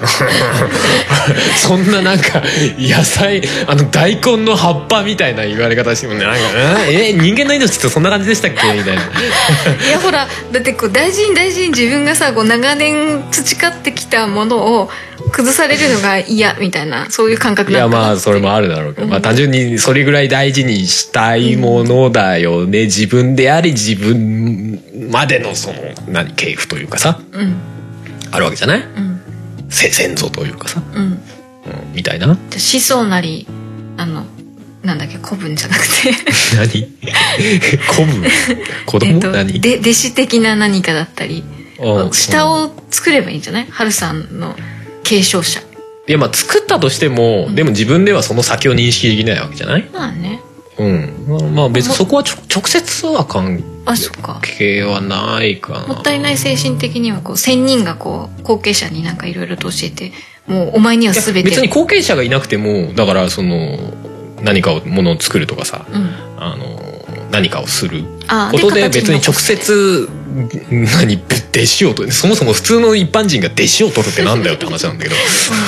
そんななんか野菜大根の葉っぱみたいな言われ方してもね、なんか人間の命ってそんな感じでしたっけみたいな。いやほらだってこう大事に自分がさこう長年培ってきたものを崩されるのが嫌みたいな、そういう感覚なのかな。 いやまあそれもあるだろうけど、単純にそれぐらい大事にしたいものだよね、自分であり自分までのその系譜というかさ、あるわけじゃない、先祖というかさ、みたいな。 子孫なりなんだっけ古文じゃなくて何古文子供、何弟子的な何かだったり、下を作ればいいんじゃない？春さんの継承者。 いや作ったとしても、でも自分ではその先を認識できないわけじゃない？ まあね。 別にそこは直接は関係はないかな。 もったいない精神的にはこう仙人がこう後継者になんかいろいろと教えて、もうお前には全て。 別に後継者がいなくても、だからその何かものを作るとかさ、何かをすることで別に直接弟子を取る、そもそも普通の一般人が弟子を取るってなんだよって話なんだけど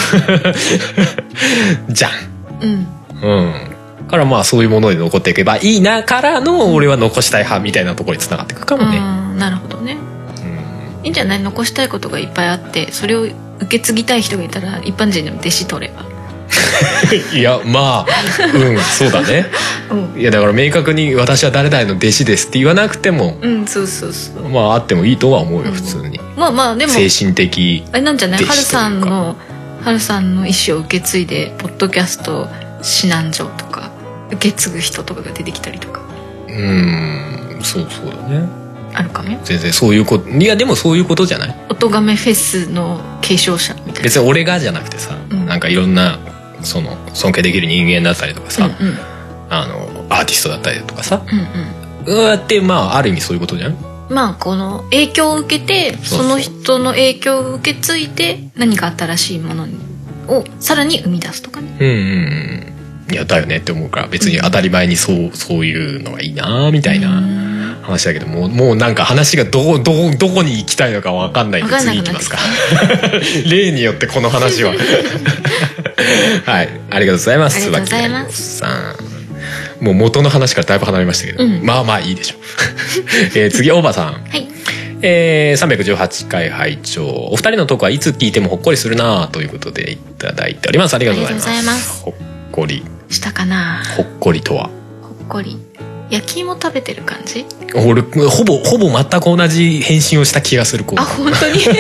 じゃん。からまあそういうもので残っていけばいいなからの、俺は残したい派みたいなところにつながっていくかもね。 なるほどね。いいんじゃない？残したいことがいっぱいあって、それを受け継ぎたい人がいたら一般人でも弟子取ればいやまあそうだね、いやだから明確に私は誰々の弟子ですって言わなくても、 そうまああってもいいとは思うよ、普通に。まあでも精神的あれなんじゃない？春さんの意思を受け継いでポッドキャスト指南所とか受け継ぐ人とかが出てきたりとか。 そうだね。 あるかもよ。 全然そういうこと。いやでもそういうことじゃない？ おとがめフェスの継承者みたいな。 別に俺がじゃなくてさ、なんかいろんなその尊敬できる人間だったりとかさ、アーティストだったりとかさ、ってまあある意味そういうことじゃん。 この影響を受けて、その人の影響を受け継いで何か新しいものをさらに生み出すとかね。 いやだよねって思うから、別に当たり前にそういうのがいいなみたいな話だけどもうなんか話がどこに行きたいのか分かんないんで次行きますか例によってこの話ははい、ありがとうございます。 ありがとうございます。 もう元の話からだいぶ離れましたけど、まあいいでしょう次大場さん。はい。318回拝聴。お二人のトークはいつ聞いてもほっこりするなということでいただいております。ありがとうございます。ほっこりしたかな。 ほっこりとは、 ほっこり焼き芋食べてる感じ。 俺ほぼ全く同じ返信をした気がする。 あ本当に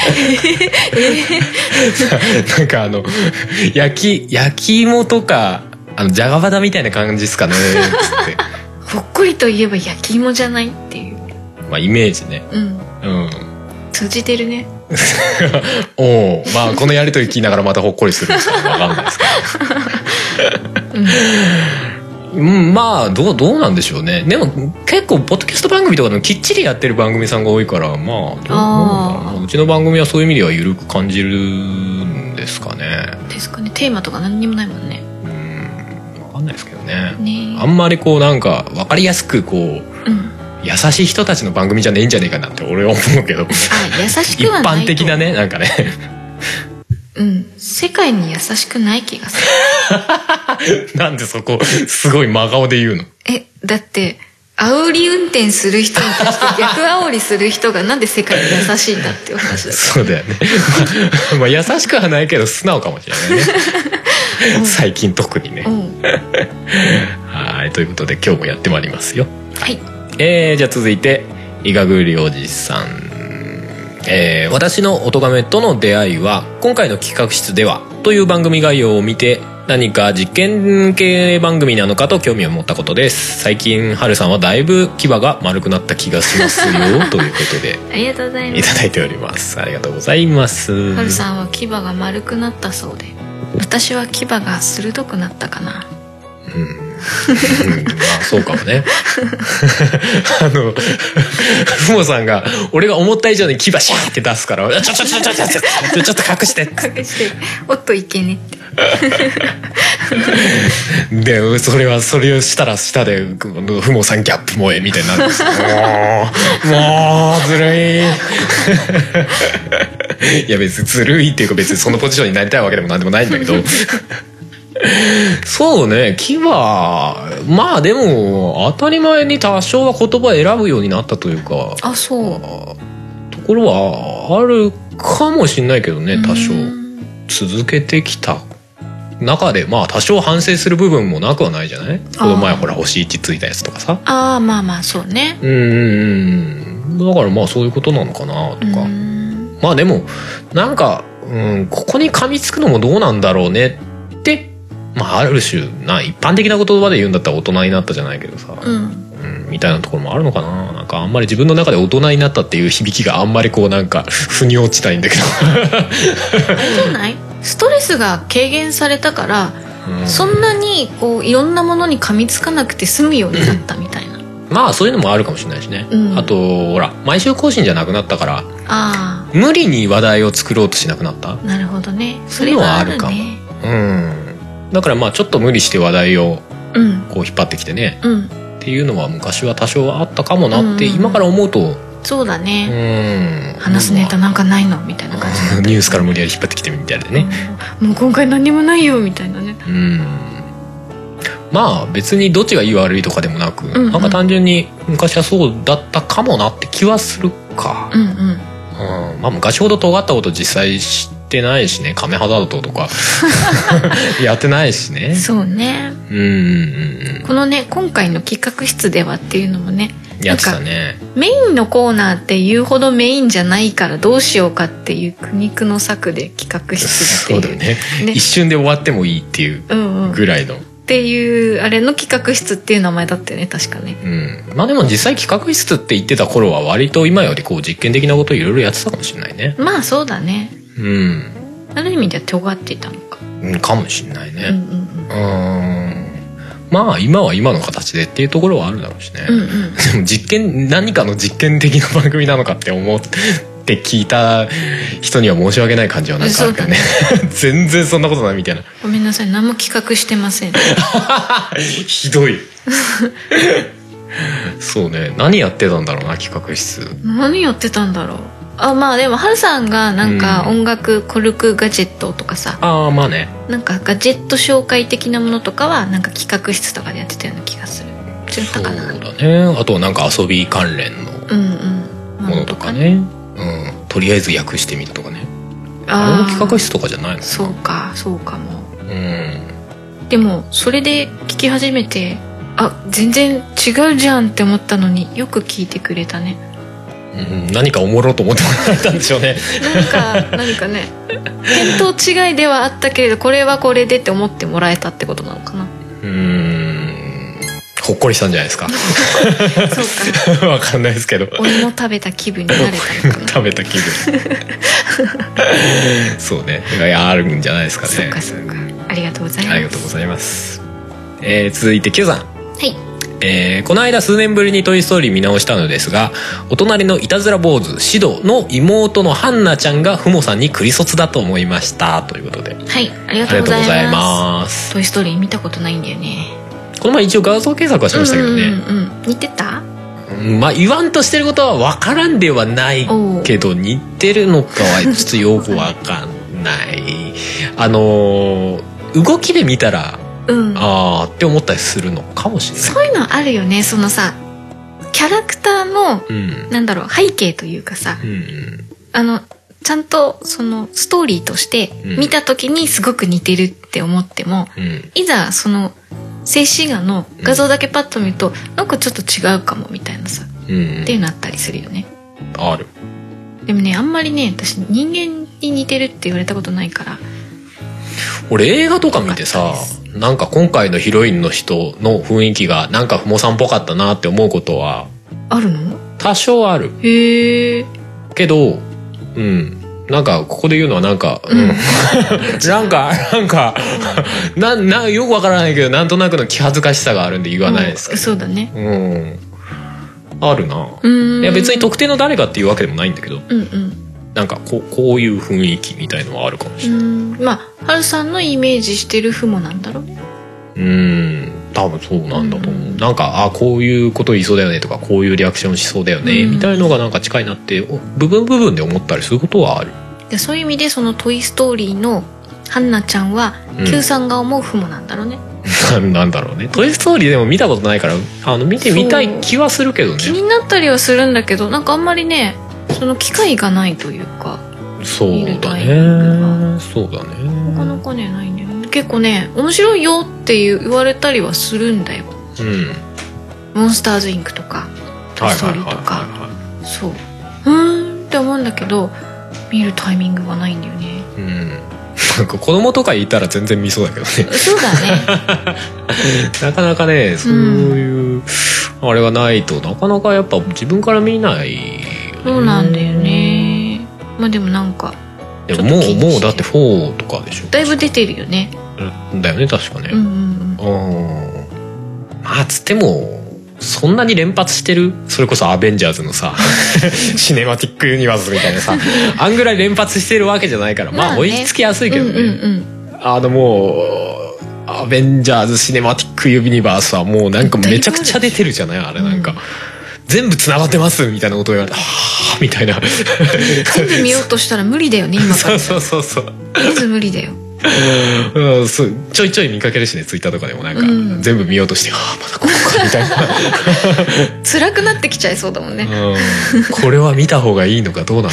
なんか焼き芋とかじゃがバタみたいな感じですかねつってほっこりといえば焼き芋じゃないっていう、 イメージね。 通じてるねこのやりとり聞きながらまたほっこりするんですか分かんないですけど、どうなんでしょうね。でも結構ポッドキャスト番組とかでもきっちりやってる番組さんが多いから、どうなんだろうな。うちの番組はそういう意味では緩く感じるんですかね。 テーマとか何にもないもんね。 分かんないですけどね。あんまりこうなんか分かりやすくこう、優しい人たちの番組じゃねえんじゃねえかなって俺は思うけど。 優しくはないと。 一般的なね、なんかね世界に優しくない気がするなんでそこすごい真顔で言うの？ だって煽り運転する人に対して逆煽りする人がなんで世界に優しいんだっていう話だからそうだよね優しくはないけど素直かもしれないね最近特にねはいということで今日もやってまいりますよ。 はい。 じゃあ続いていがぐりおじさん。私のおとがめとの出会いは今回の企画室ではという番組概要を見て何か実験系番組なのかと興味を持ったことです。最近春さんはだいぶ牙が丸くなった気がしますよということでありがとうございます。 いただいております。ありがとうございます。 春さんは牙が丸くなったそうで、私は牙が鋭くなったかな。 あそうかもね。ふもさんが俺が思った以上に牙シャーって出すから、ちょっと隠して隠しておっといけねってでそれをしたら下でふもさんギャップ萌えみたいになるんですよ。もうずるい。いや別にずるいっていうか、別にそのポジションになりたいわけでもなんでもないんだけど。そうね、牙まあでも当たり前に多少は言葉を選ぶようになったというか、 あ、そうところはあるかもしれないけどね。多少続けてきた中でまあ多少反省する部分もなくはないじゃない。この前ほら星1ついたやつとかさ。 ああ、まあまあそうね。 だからまあそういうことなのかなとか。まあでもなんか、ここに噛みつくのもどうなんだろうねって、まあある種一般的な言葉で言うんだったら大人になったじゃないけどさ、みたいなところもあるのかな。なんかあんまり自分の中で大人になったっていう響きがあんまりこうなんか腑に落ちないんだけど。 あれじゃない？ストレスが軽減されたから、そんなにこういろんなものに噛みつかなくて済むようになったみたいな。まあそういうのもあるかもしれないしね。あとほら毎週更新じゃなくなったから、無理に話題を作ろうとしなくなった。 なるほどね。 それはあるかも。だからまあちょっと無理して話題をこう引っ張ってきてね、っていうのは昔は多少あったかもなって今から思うと。 そうだね。話すネタなんかないのみたいな感じ。 ニュースから無理やり引っ張ってきてみたいなね。 もう今回何もないよみたいなね。 まあ別にどっちがいい悪いとかでもなく、なんか単純に昔はそうだったかもなって気はするか。まあ昔ほど尖ったこと実際してないしね。カメハザードとかやってないしね。 そうね。このね今回の企画室ではっていうのもね、 やってたね。 メインのコーナーって言うほどメインじゃないからどうしようかっていう苦肉の策で企画室っていう、 そうだね。一瞬で終わってもいいっていうぐらいの、 っていうあれの企画室っていう名前だったよね確かね。 まあでも実際企画室って言ってた頃は割と今よりこう実験的なことをいろいろやってたかもしれないね。 まあそうだね。ある意味では尖っていたのか。 かもしれないね。まあ今は今の形でっていうところはあるだろうしね。でも何かの実験的な番組なのかって思って聞いた人には申し訳ない感じはなんかあるけどね。全然そんなことないみたいな。 ごめんなさい、何も企画してません。 ひどい。そうね、何やってたんだろうな企画室。 何やってたんだろう。まあでもハルさんがなんか音楽コルクガジェットとかさ、 まあね、 なんかガジェット紹介的なものとかはなんか企画室とかでやってたような気がする。違ったかな。 そうだね。あとなんか遊び関連のものとかね。とりあえず訳してみたとかね。あれも企画室とかじゃないの？ そうかも。でもそれで聞き始めて、全然違うじゃんって思ったのによく聞いてくれたね。 何かおもろと思ってもらえたんでしょうね。 何かね、見当違いではあったけれどこれはこれでって思ってもらえたってことなのかな。 ほっこりしたんじゃないですか。そうか。わかんないですけど。 俺も食べた気分になれたのかな。 食べた気分。そうね。あるんじゃないですかね。 そうか。ありがとうございます。 ありがとうございます。続いて Q さん。 はい。 この間数年ぶりにトイストーリー見直したのですが、お隣のいたずら坊主シドの妹のハンナちゃんがふもさんにクリソツだと思いましたということで。 はい、ありがとうございます。トイストーリー見たことないんだよね。 この前一応画像検索はしましたけどね。 似てた？ まあ言わんとしてることは分からんではないけど、似てるのかはちょっとよく分かんない。動きで見たらって思ったりするのかもしれない。 そういうのあるよね。そのさ、キャラクターの、なんだろう、背景というかさ、ちゃんとそのストーリーとして見た時にすごく似てるって思っても、いざその静止画の画像だけパッと見るとなんかちょっと違うかもみたいなさ、っていうのあったりするよね。 ある。 でもね、あんまりね、私人間に似てるって言われたことないから。 俺映画とか見てさ、なんか今回のヒロインの人の雰囲気がなんかふもさんっぽかったなって思うことはあるの？ 多少ある。 へえ。 けどなんかここで言うのはなんか、よくわからないけどなんとなくの気恥ずかしさがあるんで言わないですけど、 そうだね。 あるな。いや別に特定の誰かっていうわけでもないんだけど、なんかこういう雰囲気みたいのはあるかもしれない。 まあ春さんのイメージしてる雲なんだろうね。 多分そうなんだと思う。なんかこういうこと言いそうだよねとかこういうリアクションしそうだよねみたいのがなんか近いなって部分で思ったりすることはある。 でそういう意味でそのトイストーリーのハンナちゃんは Q さんが思う雲なんだろうね。 なんだろうね。トイストーリーでも見たことないから見てみたい気はするけどね。 気になったりはするんだけどなんかあんまりねその機会がないというか。 そうだね。そうだね。 なかなかねないんだよね。結構ね面白いよって言われたりはするんだよ。モンスターズインクとかトイストーリーとかそうって思うんだけど見るタイミングがないんだよね。 なんか子供とかいたら全然見そうだけどね。 そうだね。 なかなかねそういうあれがないとなかなかやっぱ自分から見ない、 そうなんだよね。まあでもなんかでももうだって4とかでしょ。 だいぶ出てるよね。 だよね確かね。まあつってもそんなに連発してるそれこそアベンジャーズのさシネマティックユニバースみたいなさあんぐらい連発してるわけじゃないからまあ追いつきやすいけどね。もうアベンジャーズシネマティックユニバースはもうなんかめちゃくちゃ出てるじゃないあれなんか。全部つながってますみたいなことを言われてはあみたいな全部見ようとしたら無理だよね今から。 そうまず無理だよ。 ちょいちょい見かけるしねツイッターとかでもなんか、全部見ようとしてまだここかみたいな辛くなってきちゃいそうだもんね。 これは見た方がいいのかどうなのか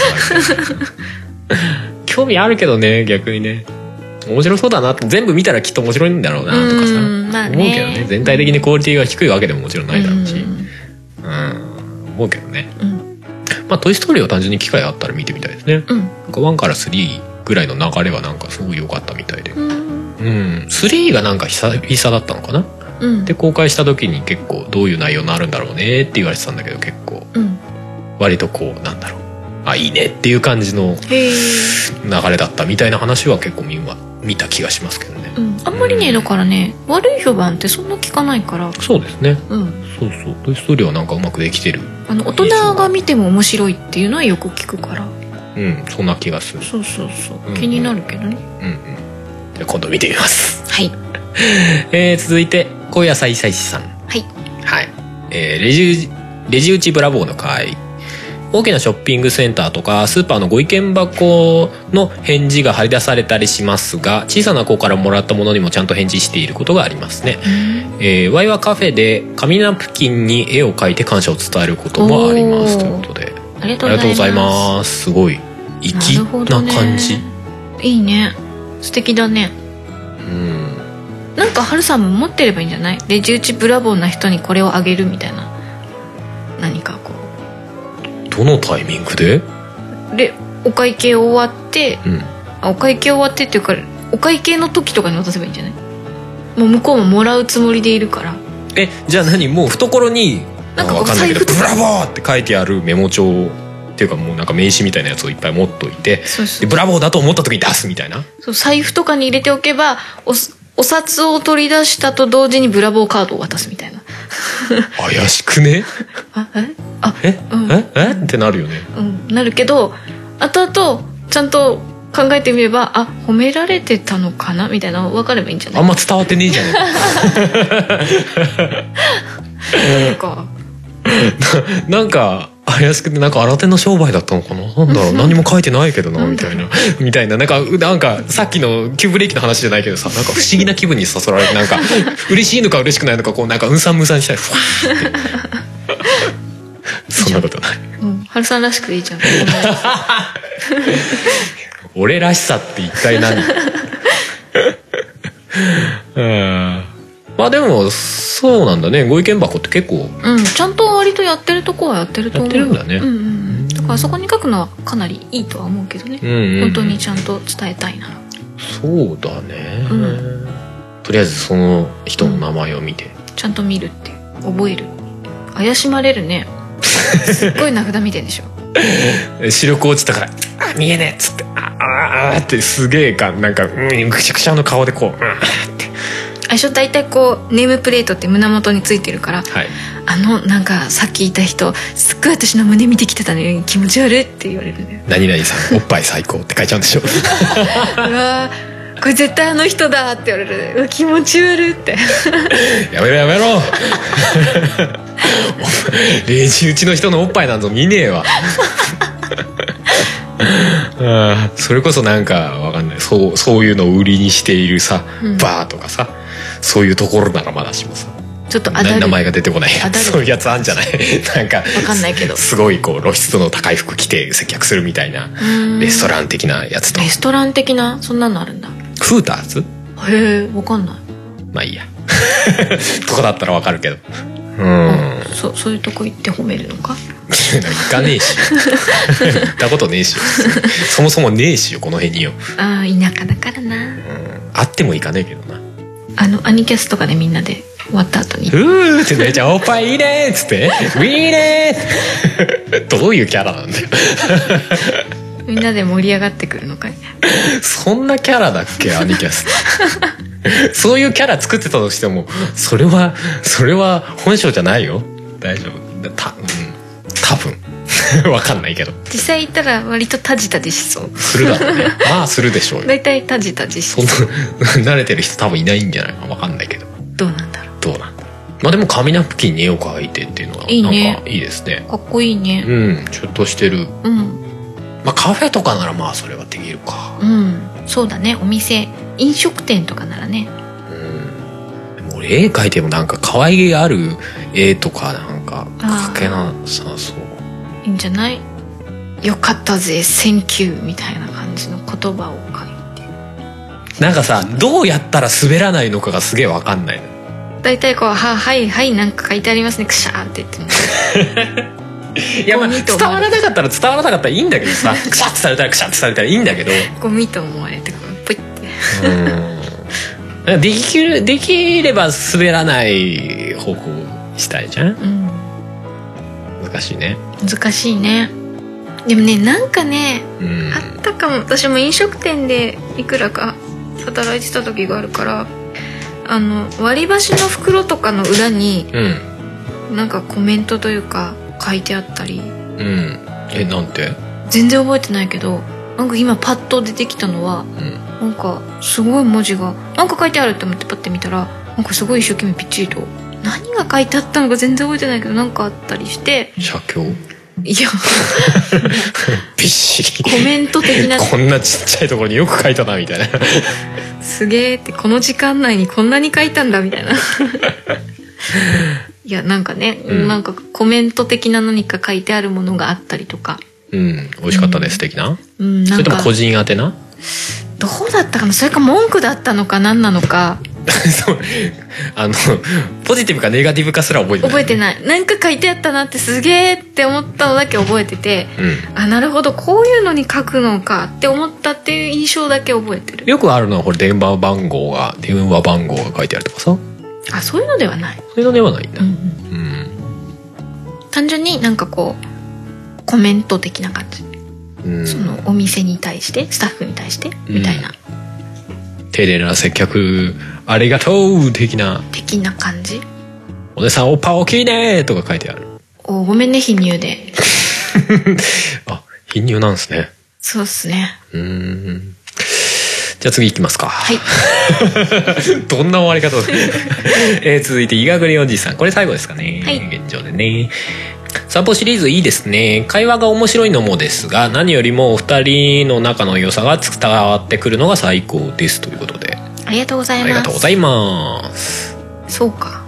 興味あるけどね逆にね面白そうだなって全部見たらきっと面白いんだろうなとかさ、思うけどね全体的にクオリティが低いわけでももちろんないだろうし、思うけどね、まあトイストーリーは単純に機会あったら見てみたいですね。1から3ぐらいの流れはなんかすごい良かったみたいで、3がなんか久々だったのかな、で公開した時に結構どういう内容になるんだろうねって言われてたんだけど結構、割とこうなんだろういいねっていう感じの流れだったみたいな話は結構見た気がしますけどね。 あんまりねだからね悪い評判ってそんな聞かないから。 そうですね。そうトイストーリーはなんかうまくできてる。 大人が見ても面白いっていうのはよく聞くから。 そんな気がする。 そう気になるけどね。 じゃ今度見てみます。 はい。 続いて小野菜菜師さん。はい。レジ打ちブラボーの会。大きなショッピングセンターとかスーパーのご意見箱の返事が貼り出されたりしますが小さな子からもらったものにもちゃんと返事していることがありますね。ワイはカフェで紙ナプキンに絵を描いて感謝を伝えることもありますということでありがとうございます。すごい粋な感じ、 いいね素敵だね。なんか春さんも持ってればいいんじゃない。レジ打ちブラボーな人にこれをあげるみたいな何かこうどのタイミングでお会計終わって、お会計終わってっていうかお会計の時とかに渡せばいいんじゃない。もう向こうももらうつもりでいるから。 じゃあ何もう懐になんかわかんないけどブラボーって書いてあるメモ帳っていうかもうなんか名刺みたいなやつをいっぱい持っといてでブラボーだと思った時に出すみたいな。 そう財布とかに入れておけばお札を取り出したと同時にブラボーカードを渡すみたいな。 怪しくね。ってなるよね。 なるけど後々ちゃんと考えてみれば褒められてたのかなみたいなの分かればいいんじゃない。 あんま伝わってねえじゃないなんか怪しくてなんか新手の商売だったのかななんだろう何も書いてないけどなみたいななんかさっきの急ブレーキの話じゃないけどさなんか不思議な気分にさせられてなんか嬉しいのか嬉しくないのかこうなんかうんさんむさんしたりふわーってそんなことない。 春さんらしくいいじゃん。 俺らしさって一体何まあでもそうなんだねご意見箱って結構ちゃんと割とやってるとこはやってると思う。 やってるんだね。 だからそこに書くのはかなりいいとは思うけどね。本当にちゃんと伝えたいなら。 そうだね、とりあえずその人の名前を見て、 ちゃんと見るって覚える。怪しまれるね。すっごい名札見てんでしょ。 視力落ちたから見えねえっつってってすげえなんかぐしゃぐしゃの顔でこうって大体こうネームプレートって胸元についてるから、はい、なんかさっきいた人すっごい私の胸見てきてたのに気持ち悪いって言われるんだよ。 何々さんおっぱい最高って書いちゃうんでしょうわこれ絶対あの人だって言われる。うわ気持ち悪いってやめろやめろレジ打ちの人のおっぱいなんぞ見ねえわそれこそなんかわかんない、そういうのを売りにしているさ、バーとかさ、そういうところならまだしもさ、 ちょっと名前が出てこないそういうやつあんじゃないなんかわかんないけどすごいこう露出の高い服着て接客するみたいなレストラン的なやつと。 レストラン的なそんなのあるんだ。 フーターズ？ へえ、わかんない。 まあいいやとこだったらわかるけど、 そういうとこ行って褒めるのか行かねえし行ったことねえしそもそもねえしよこの辺によ。 ああ田舎だからな。 あっても行かねえけどな。 アニキャスとかでみんなで終わった後にうーってね、じゃあおっぱいいいねっつってウィーねーどういうキャラなんだよみんなで盛り上がってくるのかい。 そんなキャラだっけアニキャスそういうキャラ作ってたとしてもそれは本性じゃないよ。大丈夫多分わかんないけど実際行ったら割とタジタジしそう。 するだろうねまあするでしょうよ。 大体タジタジしそう。 慣れてる人多分いないんじゃないかわかんないけど。 どうなんだろう。 まあでも紙ナプキンに絵を描いてっていうのはなんかいいですね。 かっこいいね。 ちょっとしてる。まあカフェとかならまあそれはできるか。 そうだね。お店飲食店とかならね。 でも絵描いてもなんか可愛げがある絵とかなんか描けなさそう。 いいんじゃない。よかったぜセンキューみたいな感じの言葉を書いて。 なんかさどうやったら滑らないのかがすげえ分かんないの。 大体こうはいなんか書いてありますねクシャーって言っていやまあ伝わらなかったらいいんだけどさクシャってされたらクシャってされたらいいんだけどゴミと思われてポイってできれば滑らない方向したいじゃん。難しいね。 でもねなんかね、あったかも。私も飲食店でいくらか働いてた時があるから割り箸の袋とかの裏に、なんかコメントというか書いてあったり、 なんて全然覚えてないけどなんか今パッと出てきたのは、なんかすごい文字がなんか書いてあるって思ってパッて見たらなんかすごい一生懸命ぴっちりと何が書いてあったのか全然覚えてないけどなんかあったりして写経いやびっしりコメント的なこんなちっちゃいところによく書いたなみたいなすげーってこの時間内にこんなに書いたんだみたいないやなんかね、なんかコメント的な何か書いてあるものがあったりとか、 美味しかったです的な、それとも個人宛てなどうだったかな。それか文句だったのか何なのかそうポジティブかネガティブかすら覚えてない。 なんか書いてあったなってすげーって思ったのだけ覚えてて、なるほどこういうのに書くのかって思ったっていう印象だけ覚えてる。 よくあるのはこれ電話番号が書いてあるとかさ。 そういうのではない。 そういうのではないんだ。 単純になんかこうコメント的な感じ。そのお店に対してスタッフに対してみたいな、 丁寧な接客ありがとう的な感じ。 お姉さんおっぱい大きいねとか書いてある。 ごめんね貧乳で貧乳なんですね。 そうっすね。 じゃあ次行きますか。 はいどんな終わり方続いていがぐれおじさん、これ最後ですかね、 はい、 現状でね。散歩シリーズいいですね。会話が面白いのもですが何よりもお二人の仲の良さが伝わってくるのが最高ですということで、 ありがとうございます。 ありがとうございます。 そうか。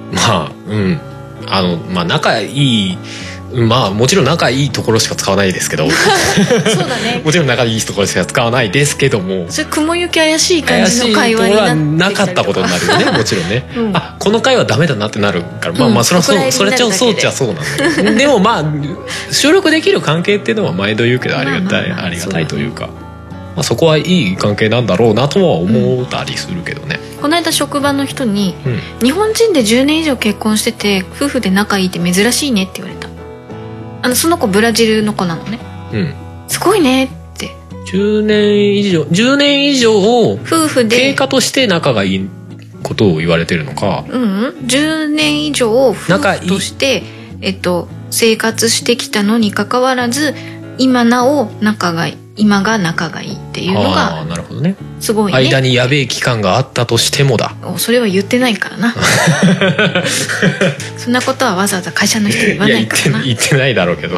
まあ仲いい、まあもちろん仲いいところしか使わないですけどそうだねもちろん仲いいところしか使わないですけども、 それ雲行き怪しい感じの会話になってきたりとか、怪しいところはなかったことになるよねもちろんね、この会話ダメだなってなるから、まあそれはそうっちゃそうなんだけどでもまあ収録できる関係っていうのは毎度言うけどありがたいというか、そこはいい関係なんだろうなとは思ったりするけどね。 この間職場の人に、日本人で10年以上結婚してて夫婦で仲いいって珍しいねって言われた。その子ブラジルの子なのね、すごいねって 10年以上を夫婦で経過として仲がいいことを言われてるのか、 10年以上夫婦として生活してきたのにかかわらず今が仲がいいっていうのがなるほどね、 すごいね。 間にやべえ期間があったとしてもだ。 それは言ってないからなそんなことはわざわざ会社の人に言わないからな。 言ってないだろうけど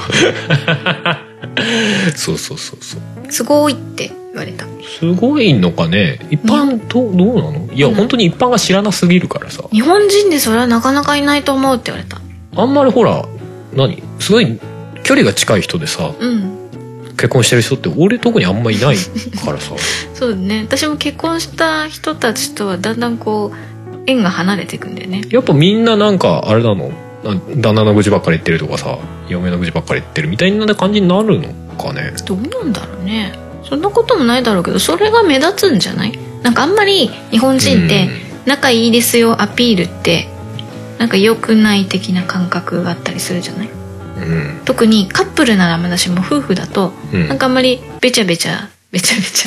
そうすごいって言われた。 すごいのかね、一般どうなの。いや、本当に一般が知らなすぎるからさ。 日本人でそれはなかなかいないと思うって言われた。 あんまりほらすごい距離が近い人でさ、結婚してる人って俺特にあんまいないからさそうね、私も結婚した人たちとはだんだんこう縁が離れていくんだよね。 やっぱみんななんかあれなの、旦那の愚痴ばっかり言ってるとかさ、嫁の愚痴ばっかり言ってるみたいな感じになるのかね。 どうなんだろうね。そんなこともないだろうけど、それが目立つんじゃない。なんかあんまり日本人って仲いいですよアピールってなんか良くない的な感覚があったりするじゃない。特にカップルならまだしも夫婦だと、なんかあんまりベチャベチャベ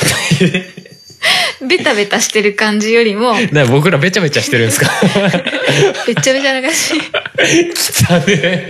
タベタしてる感じよりも僕らベチャベチャしてるんですかベチャベチャな感じきたね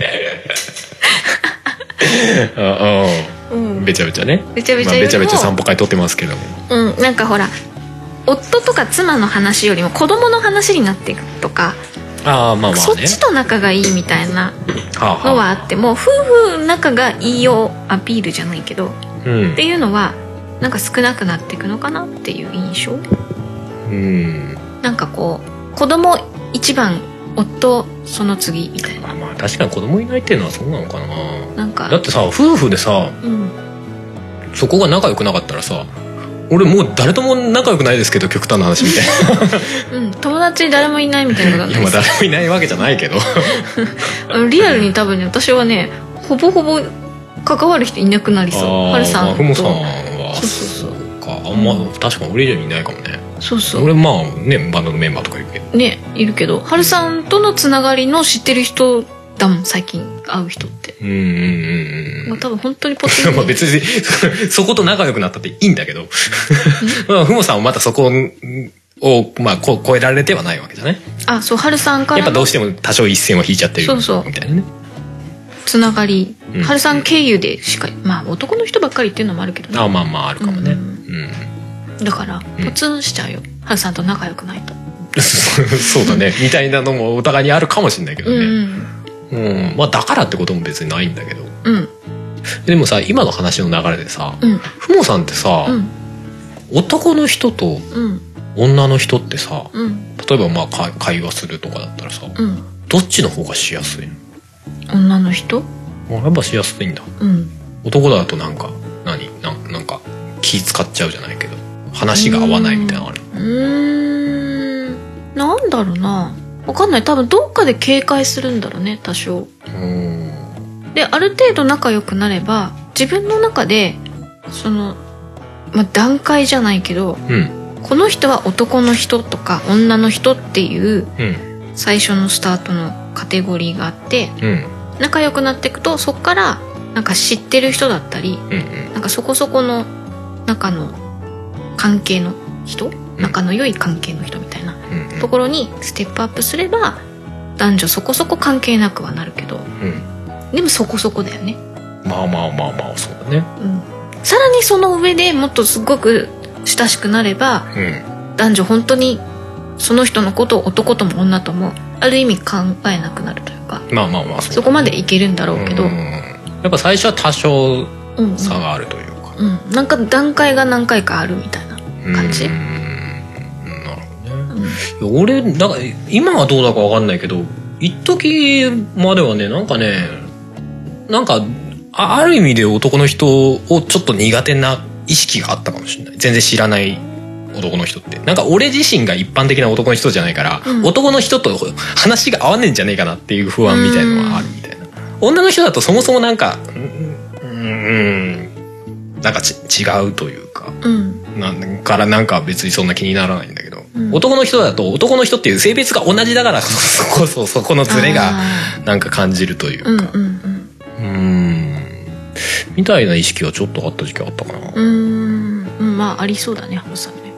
ベチャベチャね、ベチャベチャ散歩会撮ってますけども、 なんかほら夫とか妻の話よりも子供の話になっていくとか、そっちと仲がいいみたいなのはあっても、夫婦仲がいいよアピールじゃないけど、っていうのはなんか少なくなっていくのかなっていう印象。なんかこう子供一番夫その次みたいな。 確かに子供いないっていうのはそうなのかな。 なんかだってさ夫婦でさ、そこが仲良くなかったらさ、俺もう誰とも仲良くないですけど極端な話みたいな友達誰もいないみたいなことだったり。 誰もいないわけじゃないけどリアルに多分ね、私はねほぼほぼ関わる人いなくなりそう。はるさんと、 ふもさんはそうか、あんま確かに俺以上にいないかもね。俺ねバンドのメンバーとかいるけどね、いるけど、はるさんとのつながりの知ってる人だもん最近会う人って。多分本当にポツン別にそこと仲良くなったっていいんだけどふもさんはまたそこを超えられてはないわけじゃない。 そう、はるさんからやっぱどうしても多少一線は引いちゃってるみたいなね、 つながり、はるさん経由でしか、男の人ばっかりっていうのもあるけどね。 あるかもね。 だからポツンしちゃうよ、はるさんと仲良くないとそうだねみたいなのもお互いにあるかもしれないけどね。だからってことも別にないんだけど、でもさ今の話の流れでさ、ふもさんってさ、男の人と女の人ってさ、例えば会話するとかだったらさ、どっちの方がしやすいの。 女の人やっぱしやすいんだ。男だとなんか気使っちゃうじゃないけど話が合わないみたいなのある。 なんだろうな、分かんない。多分どっかで警戒するんだろうね、多少。である程度仲良くなれば自分の中でその、段階じゃないけど、この人は男の人とか女の人っていう最初のスタートのカテゴリーがあって、仲良くなっていくとそっからなんか知ってる人だったり、なんかそこそこの中の関係の人、仲の良い関係の人みたいなところにステップアップすれば男女そこそこ関係なくはなるけど、でもそこそこだよね。 そうだね。 さらにその上でもっとすごく親しくなれば、男女本当にその人のことを男とも女ともある意味考えなくなるというか、そこまでいけるんだろうけど、やっぱ最初は多少差があるというか、 なんか段階が何回かあるみたいな感じ。 俺だから今はどうだか分かんないけど、一時まではねなんかある意味で男の人をちょっと苦手な意識があったかもしれない。全然知らない男の人ってなんか俺自身が一般的な男の人じゃないから、男の人と話が合わねえんじゃねえかなっていう不安みたいのはあるみたいな。女の人だとそもそもなんかなんか違うというか、からなんか別にそんな気にならないんだけど、男の人だと男の人っていう性別が同じだからそこのズレがなんか感じるというか、みたいな意識はちょっとあった時期あったかな。 まあありそうだね、ハルさんね。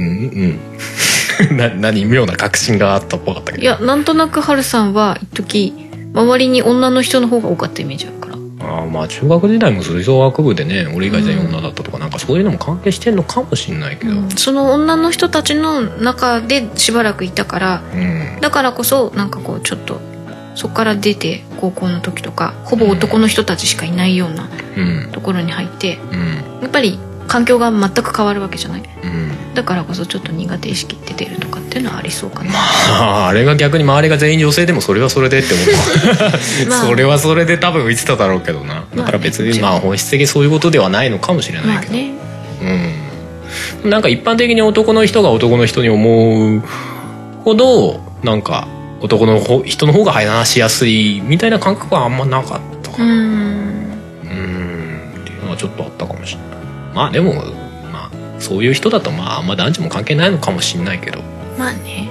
何妙な確信があったっぽかったけど。 いや、なんとなくハルさんは一時周りに女の人の方が多かったイメージあるから。 まあ中学時代も吹奏楽部でね、俺以外全員女だったとか、なんかそういうのも関係してんのかもしれないけど、 その女の人たちの中でしばらくいたから、だからこそなんかこうちょっとそこから出て高校の時とかほぼ男の人たちしかいないようなところに入って、やっぱり環境が全く変わるわけじゃない、だからこそちょっと苦手意識って出るとかっていうのはありそうかな。 あれが逆に周りが全員女性でもそれはそれでって思うそれはそれで多分言ってただろうけどな。だから別に本質的にそういうことではないのかもしれないけど、なんか一般的に男の人が男の人に思うほどなんか男の人の方が話しやすいみたいな感覚はあんまなかったかな。っていうのはちょっとあったかもしれない。まあでもそういう人だとあんま男女も関係ないのかもしれないけど、 まあね、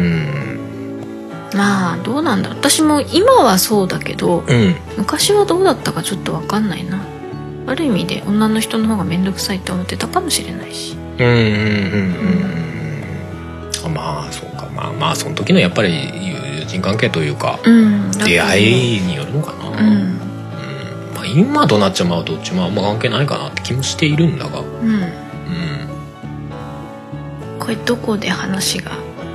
まあどうなんだろう。私も今はそうだけど、昔はどうだったかちょっと分かんないな。ある意味で女の人の方が面倒くさいって思ってたかもしれないし。 まあそうか、まあその時のやっぱり友人関係というか、出会いによるのかな。今となっちゃどっちもあんま関係ないかなって気もしているんだが、 これどこで話が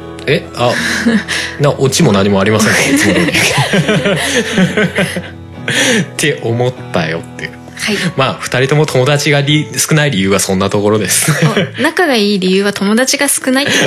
オチも何もありませんねいつも通りって思ったよっていう。まあ2人とも友達が少ない理由はそんなところです仲がいい理由は友達が少ないって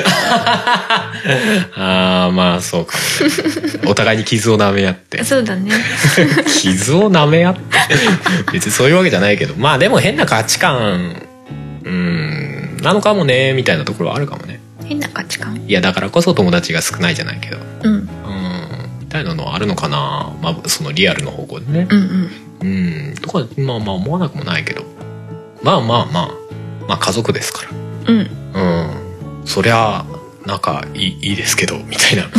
まあそうかもね。お互いに傷を舐め合ってそうだね傷を舐め合って別にそういうわけじゃないけど、まあでも変な価値観なのかもねみたいなところはあるかもね。 変な価値観、 いやだからこそ友達が少ないじゃないけど、みたいなのはあるのかな。そのリアルの方向でね、とか思わなくもないけど、まあ家族ですから、そりゃ仲いいですけどみたいな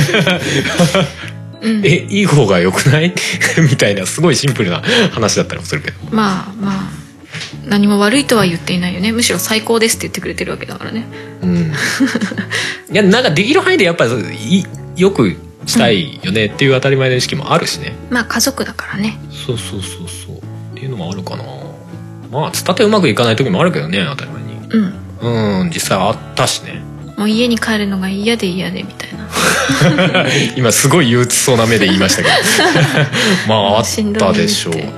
いい方が良くないみたいなすごいシンプルな話だったりもするけど、 まあ何も悪いとは言っていないよね。むしろ最高ですって言ってくれてるわけだからね。 いやなんかできる範囲でやっぱりよくしたいよねっていう当たり前の意識もあるしね。 まあ家族だからね。 そうっていうのもあるかな。つったってうまくいかない時もあるけどね、当たり前に。実際あったしね。 もう家に帰るのが嫌でみたいな今すごい憂鬱そうな目で言いましたけどあったでしょうね。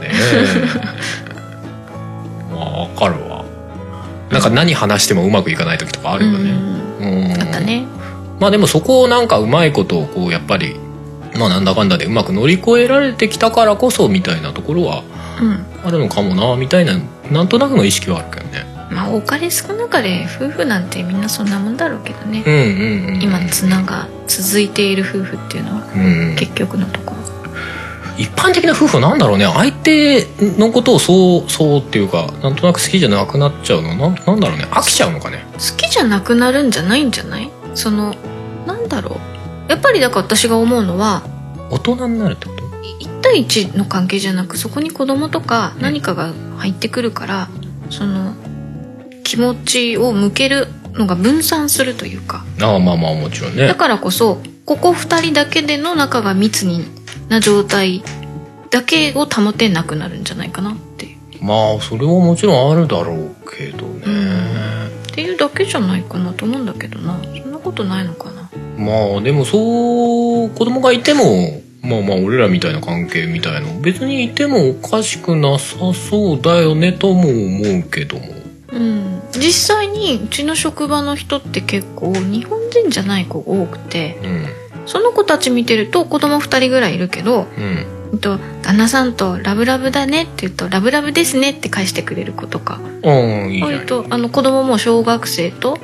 わかるわ。なんか何話してもうまくいかない時とかあるよね。 あったね。 でもそこをなんかうまいことをこうやっぱりなんだかんだでうまく乗り越えられてきたからこそみたいなところはあるのかもなみたいな、なんとなくの意識はあるけどね。 多かれ少なかれ夫婦なんてみんなそんなもんだろうけどね。今綱が続いている夫婦っていうのは結局のところ、 一般的な夫婦はなんだろうね、相手のことをそうっていうかなんとなく好きじゃなくなっちゃうのなんだろうね、飽きちゃうのかね。 好きじゃなくなるんじゃないんじゃない。なんだろう、やっぱりだから私が思うのは大人になるってこと。 1対1の関係じゃなく、そこに子供とか何かが入ってくるから、その気持ちを向けるのが分散するというか。 もちろんね。 だからこそここ2人だけでの仲が密な状態だけを保てなくなるんじゃないかなっていう。 それはもちろんあるだろうけどね、 っていうだけじゃないかなと思うんだけどな。そんなことないのかな。 でも子供がいても俺らみたいな関係みたいの別にいてもおかしくなさそうだよねとも思うけども、実際にうちの職場の人って結構日本人じゃない子が多くて、その子たち見てると子供2人ぐらいいるけど、旦那さんとラブラブだねって言うとラブラブですねって返してくれる子とか、割と子供も小学生と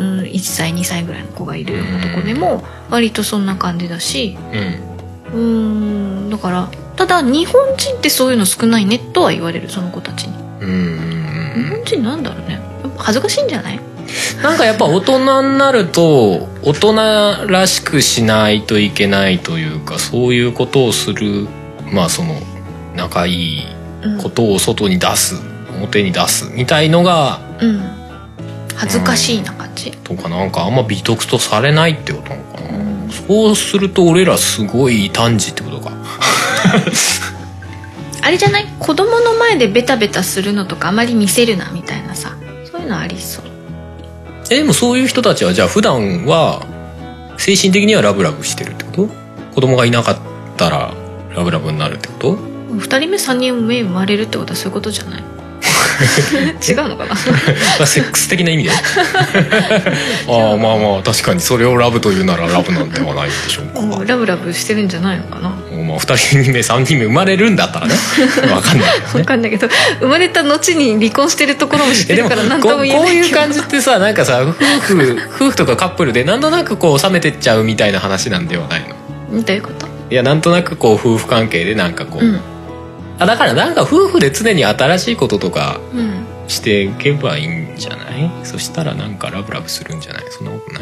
1歳2歳ぐらいの子がいるようなとこでも割とそんな感じだし、だからただ日本人ってそういうの少ないねとは言われる、その子たちに。日本人なんだろうね、恥ずかしいんじゃない。 なんかやっぱ大人になると大人らしくしないといけないというか、そういうことをする、その仲いいことを外に出す、表に出すみたいのが、 恥ずかしいな感じ、 とかなんかあんま美徳とされないってことなのかな、そうすると俺らすごい異端児ってことかあれじゃない、子供の前でベタベタするのとかあまり見せるなみたいなさ、そういうのありそう。 でもそういう人たちはじゃあ普段は精神的にはラブラブしてるってこと？子供がいなかったらラブラブになるってこと？ 2人目3人目生まれるってことはそういうことじゃない違うのかなセックス的な意味でああまあまあ確かにそれをラブというならラブなんではないでしょうか。 ラブラブしてるんじゃないのかな。 まあ、2人目3人目生まれるんだったらね分かんないけどね分かんないけど、生まれた後に離婚してるところも知ってるから何とも言えないけど、 こういう感じってさ、なんかさ夫婦とかカップルでなんとなくこう冷めてっちゃうみたいな話なんではないの？ どういうこと？ いやなんとなくこう夫婦関係でなんかこう、だからなんか夫婦で常に新しいこととかしていけばいいんじゃない？そしたらなんかラブラブするんじゃない？そんなことない？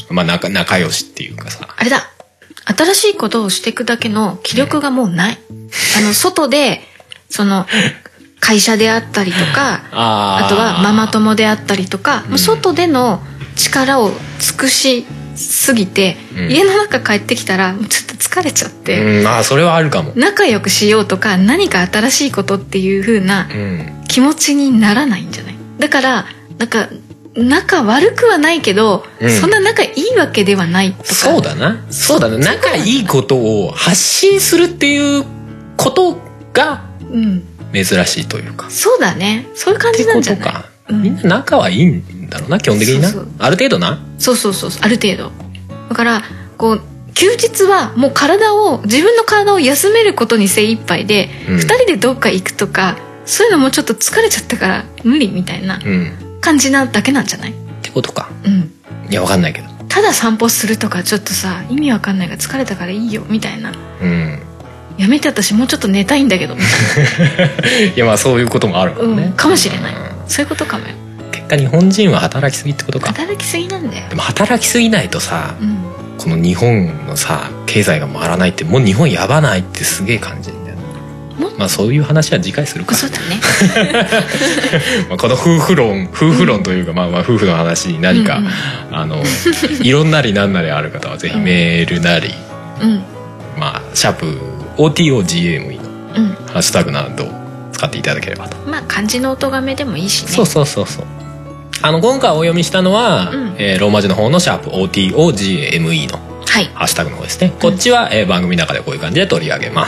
まあ仲良しっていうかさ、 あれだ、新しいことをしていくだけの気力がもうない、外でその会社であったりとかあとはママ友であったりとか、外での力を尽くしすぎて、家の中帰ってきたらちょっと疲れちゃって、 それはあるかも。 仲良くしようとか何か新しいことっていう風な気持ちにならないんじゃない？だからなんか仲悪くはないけど、そんな仲いいわけではないとか。 そうだな仲いいことを発信するっていうことが珍しいというか、 そうだね、そういう感じなんじゃない？ってことか、 みんな仲はいいんだろうな基本的にな。ある程度な。 そうある程度。だからこう休日はもう自分の体を休めることに精一杯で、2人でどっか行くとかそういうのもちょっと疲れちゃったから無理みたいな感じなだけなんじゃない？ ってことか。いや分かんないけど、 ただ散歩するとかちょっとさ意味わかんないから疲れたからいいよみたいな、やめて私もうちょっと寝たいんだけどみたいないやまあそういうこともあるからね、 かもしれない、そういうことかもよ。 結果日本人は働きすぎってことか。 働きすぎなんだよ。 でも働きすぎないとさ、この日本のさ経済が回らないって、もう日本やばないってすげえ感じるんだよね。まあそういう話は次回するか。 そうだねまあこの夫婦論というか、まあ夫婦の話に何か、いろんなりなんなりある方はぜひメールなり、まあシャープ OTOGME のハッシュタグなどを使っていただければと。 まあ漢字の音がめでもいいしね。 そう今回お読みしたのは、ローマ字の方のシャープ OTOGME のハッシュタグの方ですね。こっちは、番組の中でこういう感じで取り上げます、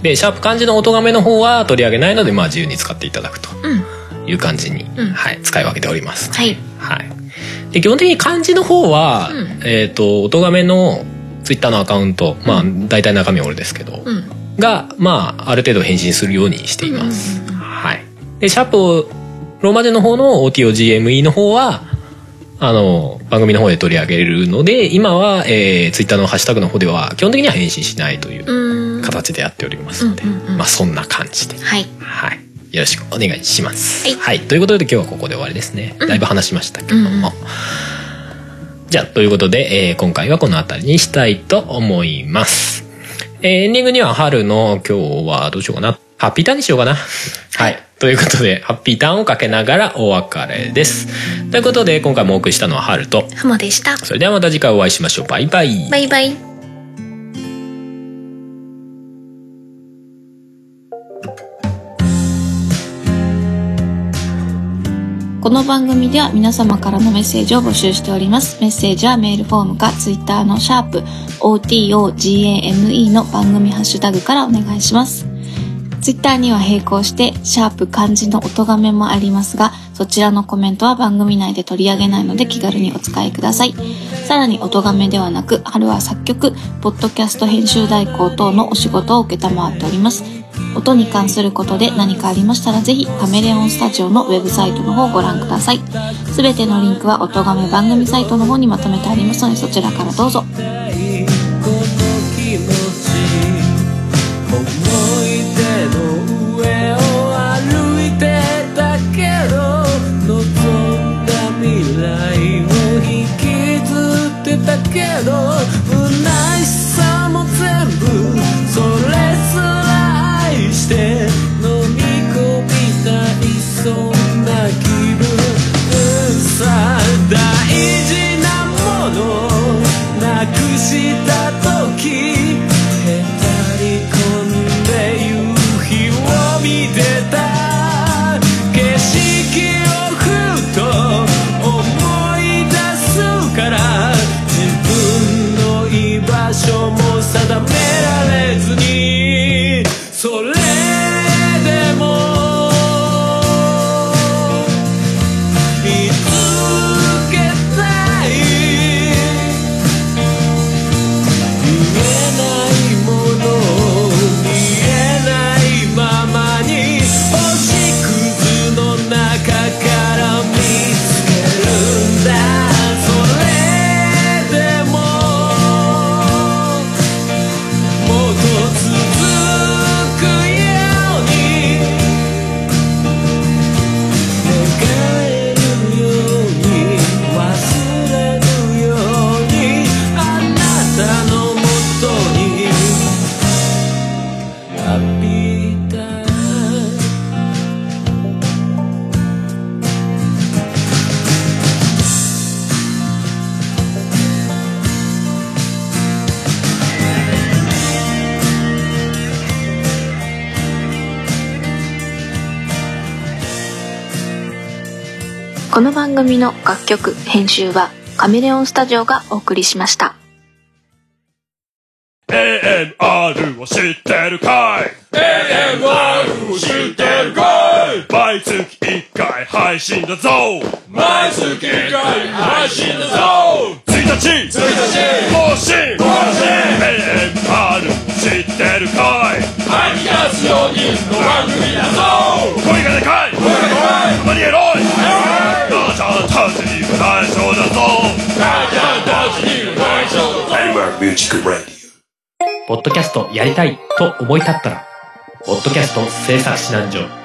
でシャープ漢字の音がめの方は取り上げないので、まあ自由に使っていただくという感じに、使い分けております。で基本的に漢字の方は、音がめのツイッターのアカウント、まあ大体中身は俺ですけど、がまあある程度返信するようにしています。でシャープローマ字の方の OTOGME の方は番組の方で取り上げるので、今は、ツイッターのハッシュタグの方では基本的には返信しないという形でやっておりますので、まあそんな感じで、よろしくお願いします。ということで今日はここで終わりですね。だいぶ話しましたけども、じゃあということで、今回はこの辺りにしたいと思います。エンディングには春の今日はどうしようかな、ハッピーターンにしようかな。ということでハッピーターンをかけながらお別れです。ということで今回もお送りしたのは春と浜でした。 それではまた次回お会いしましょう。バイバイ。 バイバイ。この番組では皆様からのメッセージを募集しております。メッセージはメールフォームかツイッターのシャープ OTOGAME の番組ハッシュタグからお願いします。ツイッターには並行してシャープ漢字の音がめもありますが、そちらのコメントは番組内で取り上げないので気軽にお使いください。さらに音がめではなく、春は作曲、ポッドキャスト編集代行等のお仕事を受けたまわっております。音に関することで何かありましたらぜひカメレオンスタジオのウェブサイトの方をご覧ください。すべてのリンクは音がめ番組サイトの方にまとめてありますので、そちらからどうぞ。 だけど虚しさも全部それすら愛して飲み込みたいそんな気分さこの番組の楽曲編集はカメレオンスタジオがお送りしました。 AMR を知ってるかい？ AMR を知ってるかい？毎月1回配信だぞ。毎月1回配信だぞ。1日更新 AMR 知ってるかい？アニキャス4人の番組だぞ。声がでかい、たまにエロい、母ちゃんたちには内緒だぞ。母ちゃんたちには内緒だぞ。AMR ミュージックラディオ。 ポッドキャストやりたいと思い立ったら、ポッドキャスト制作指南所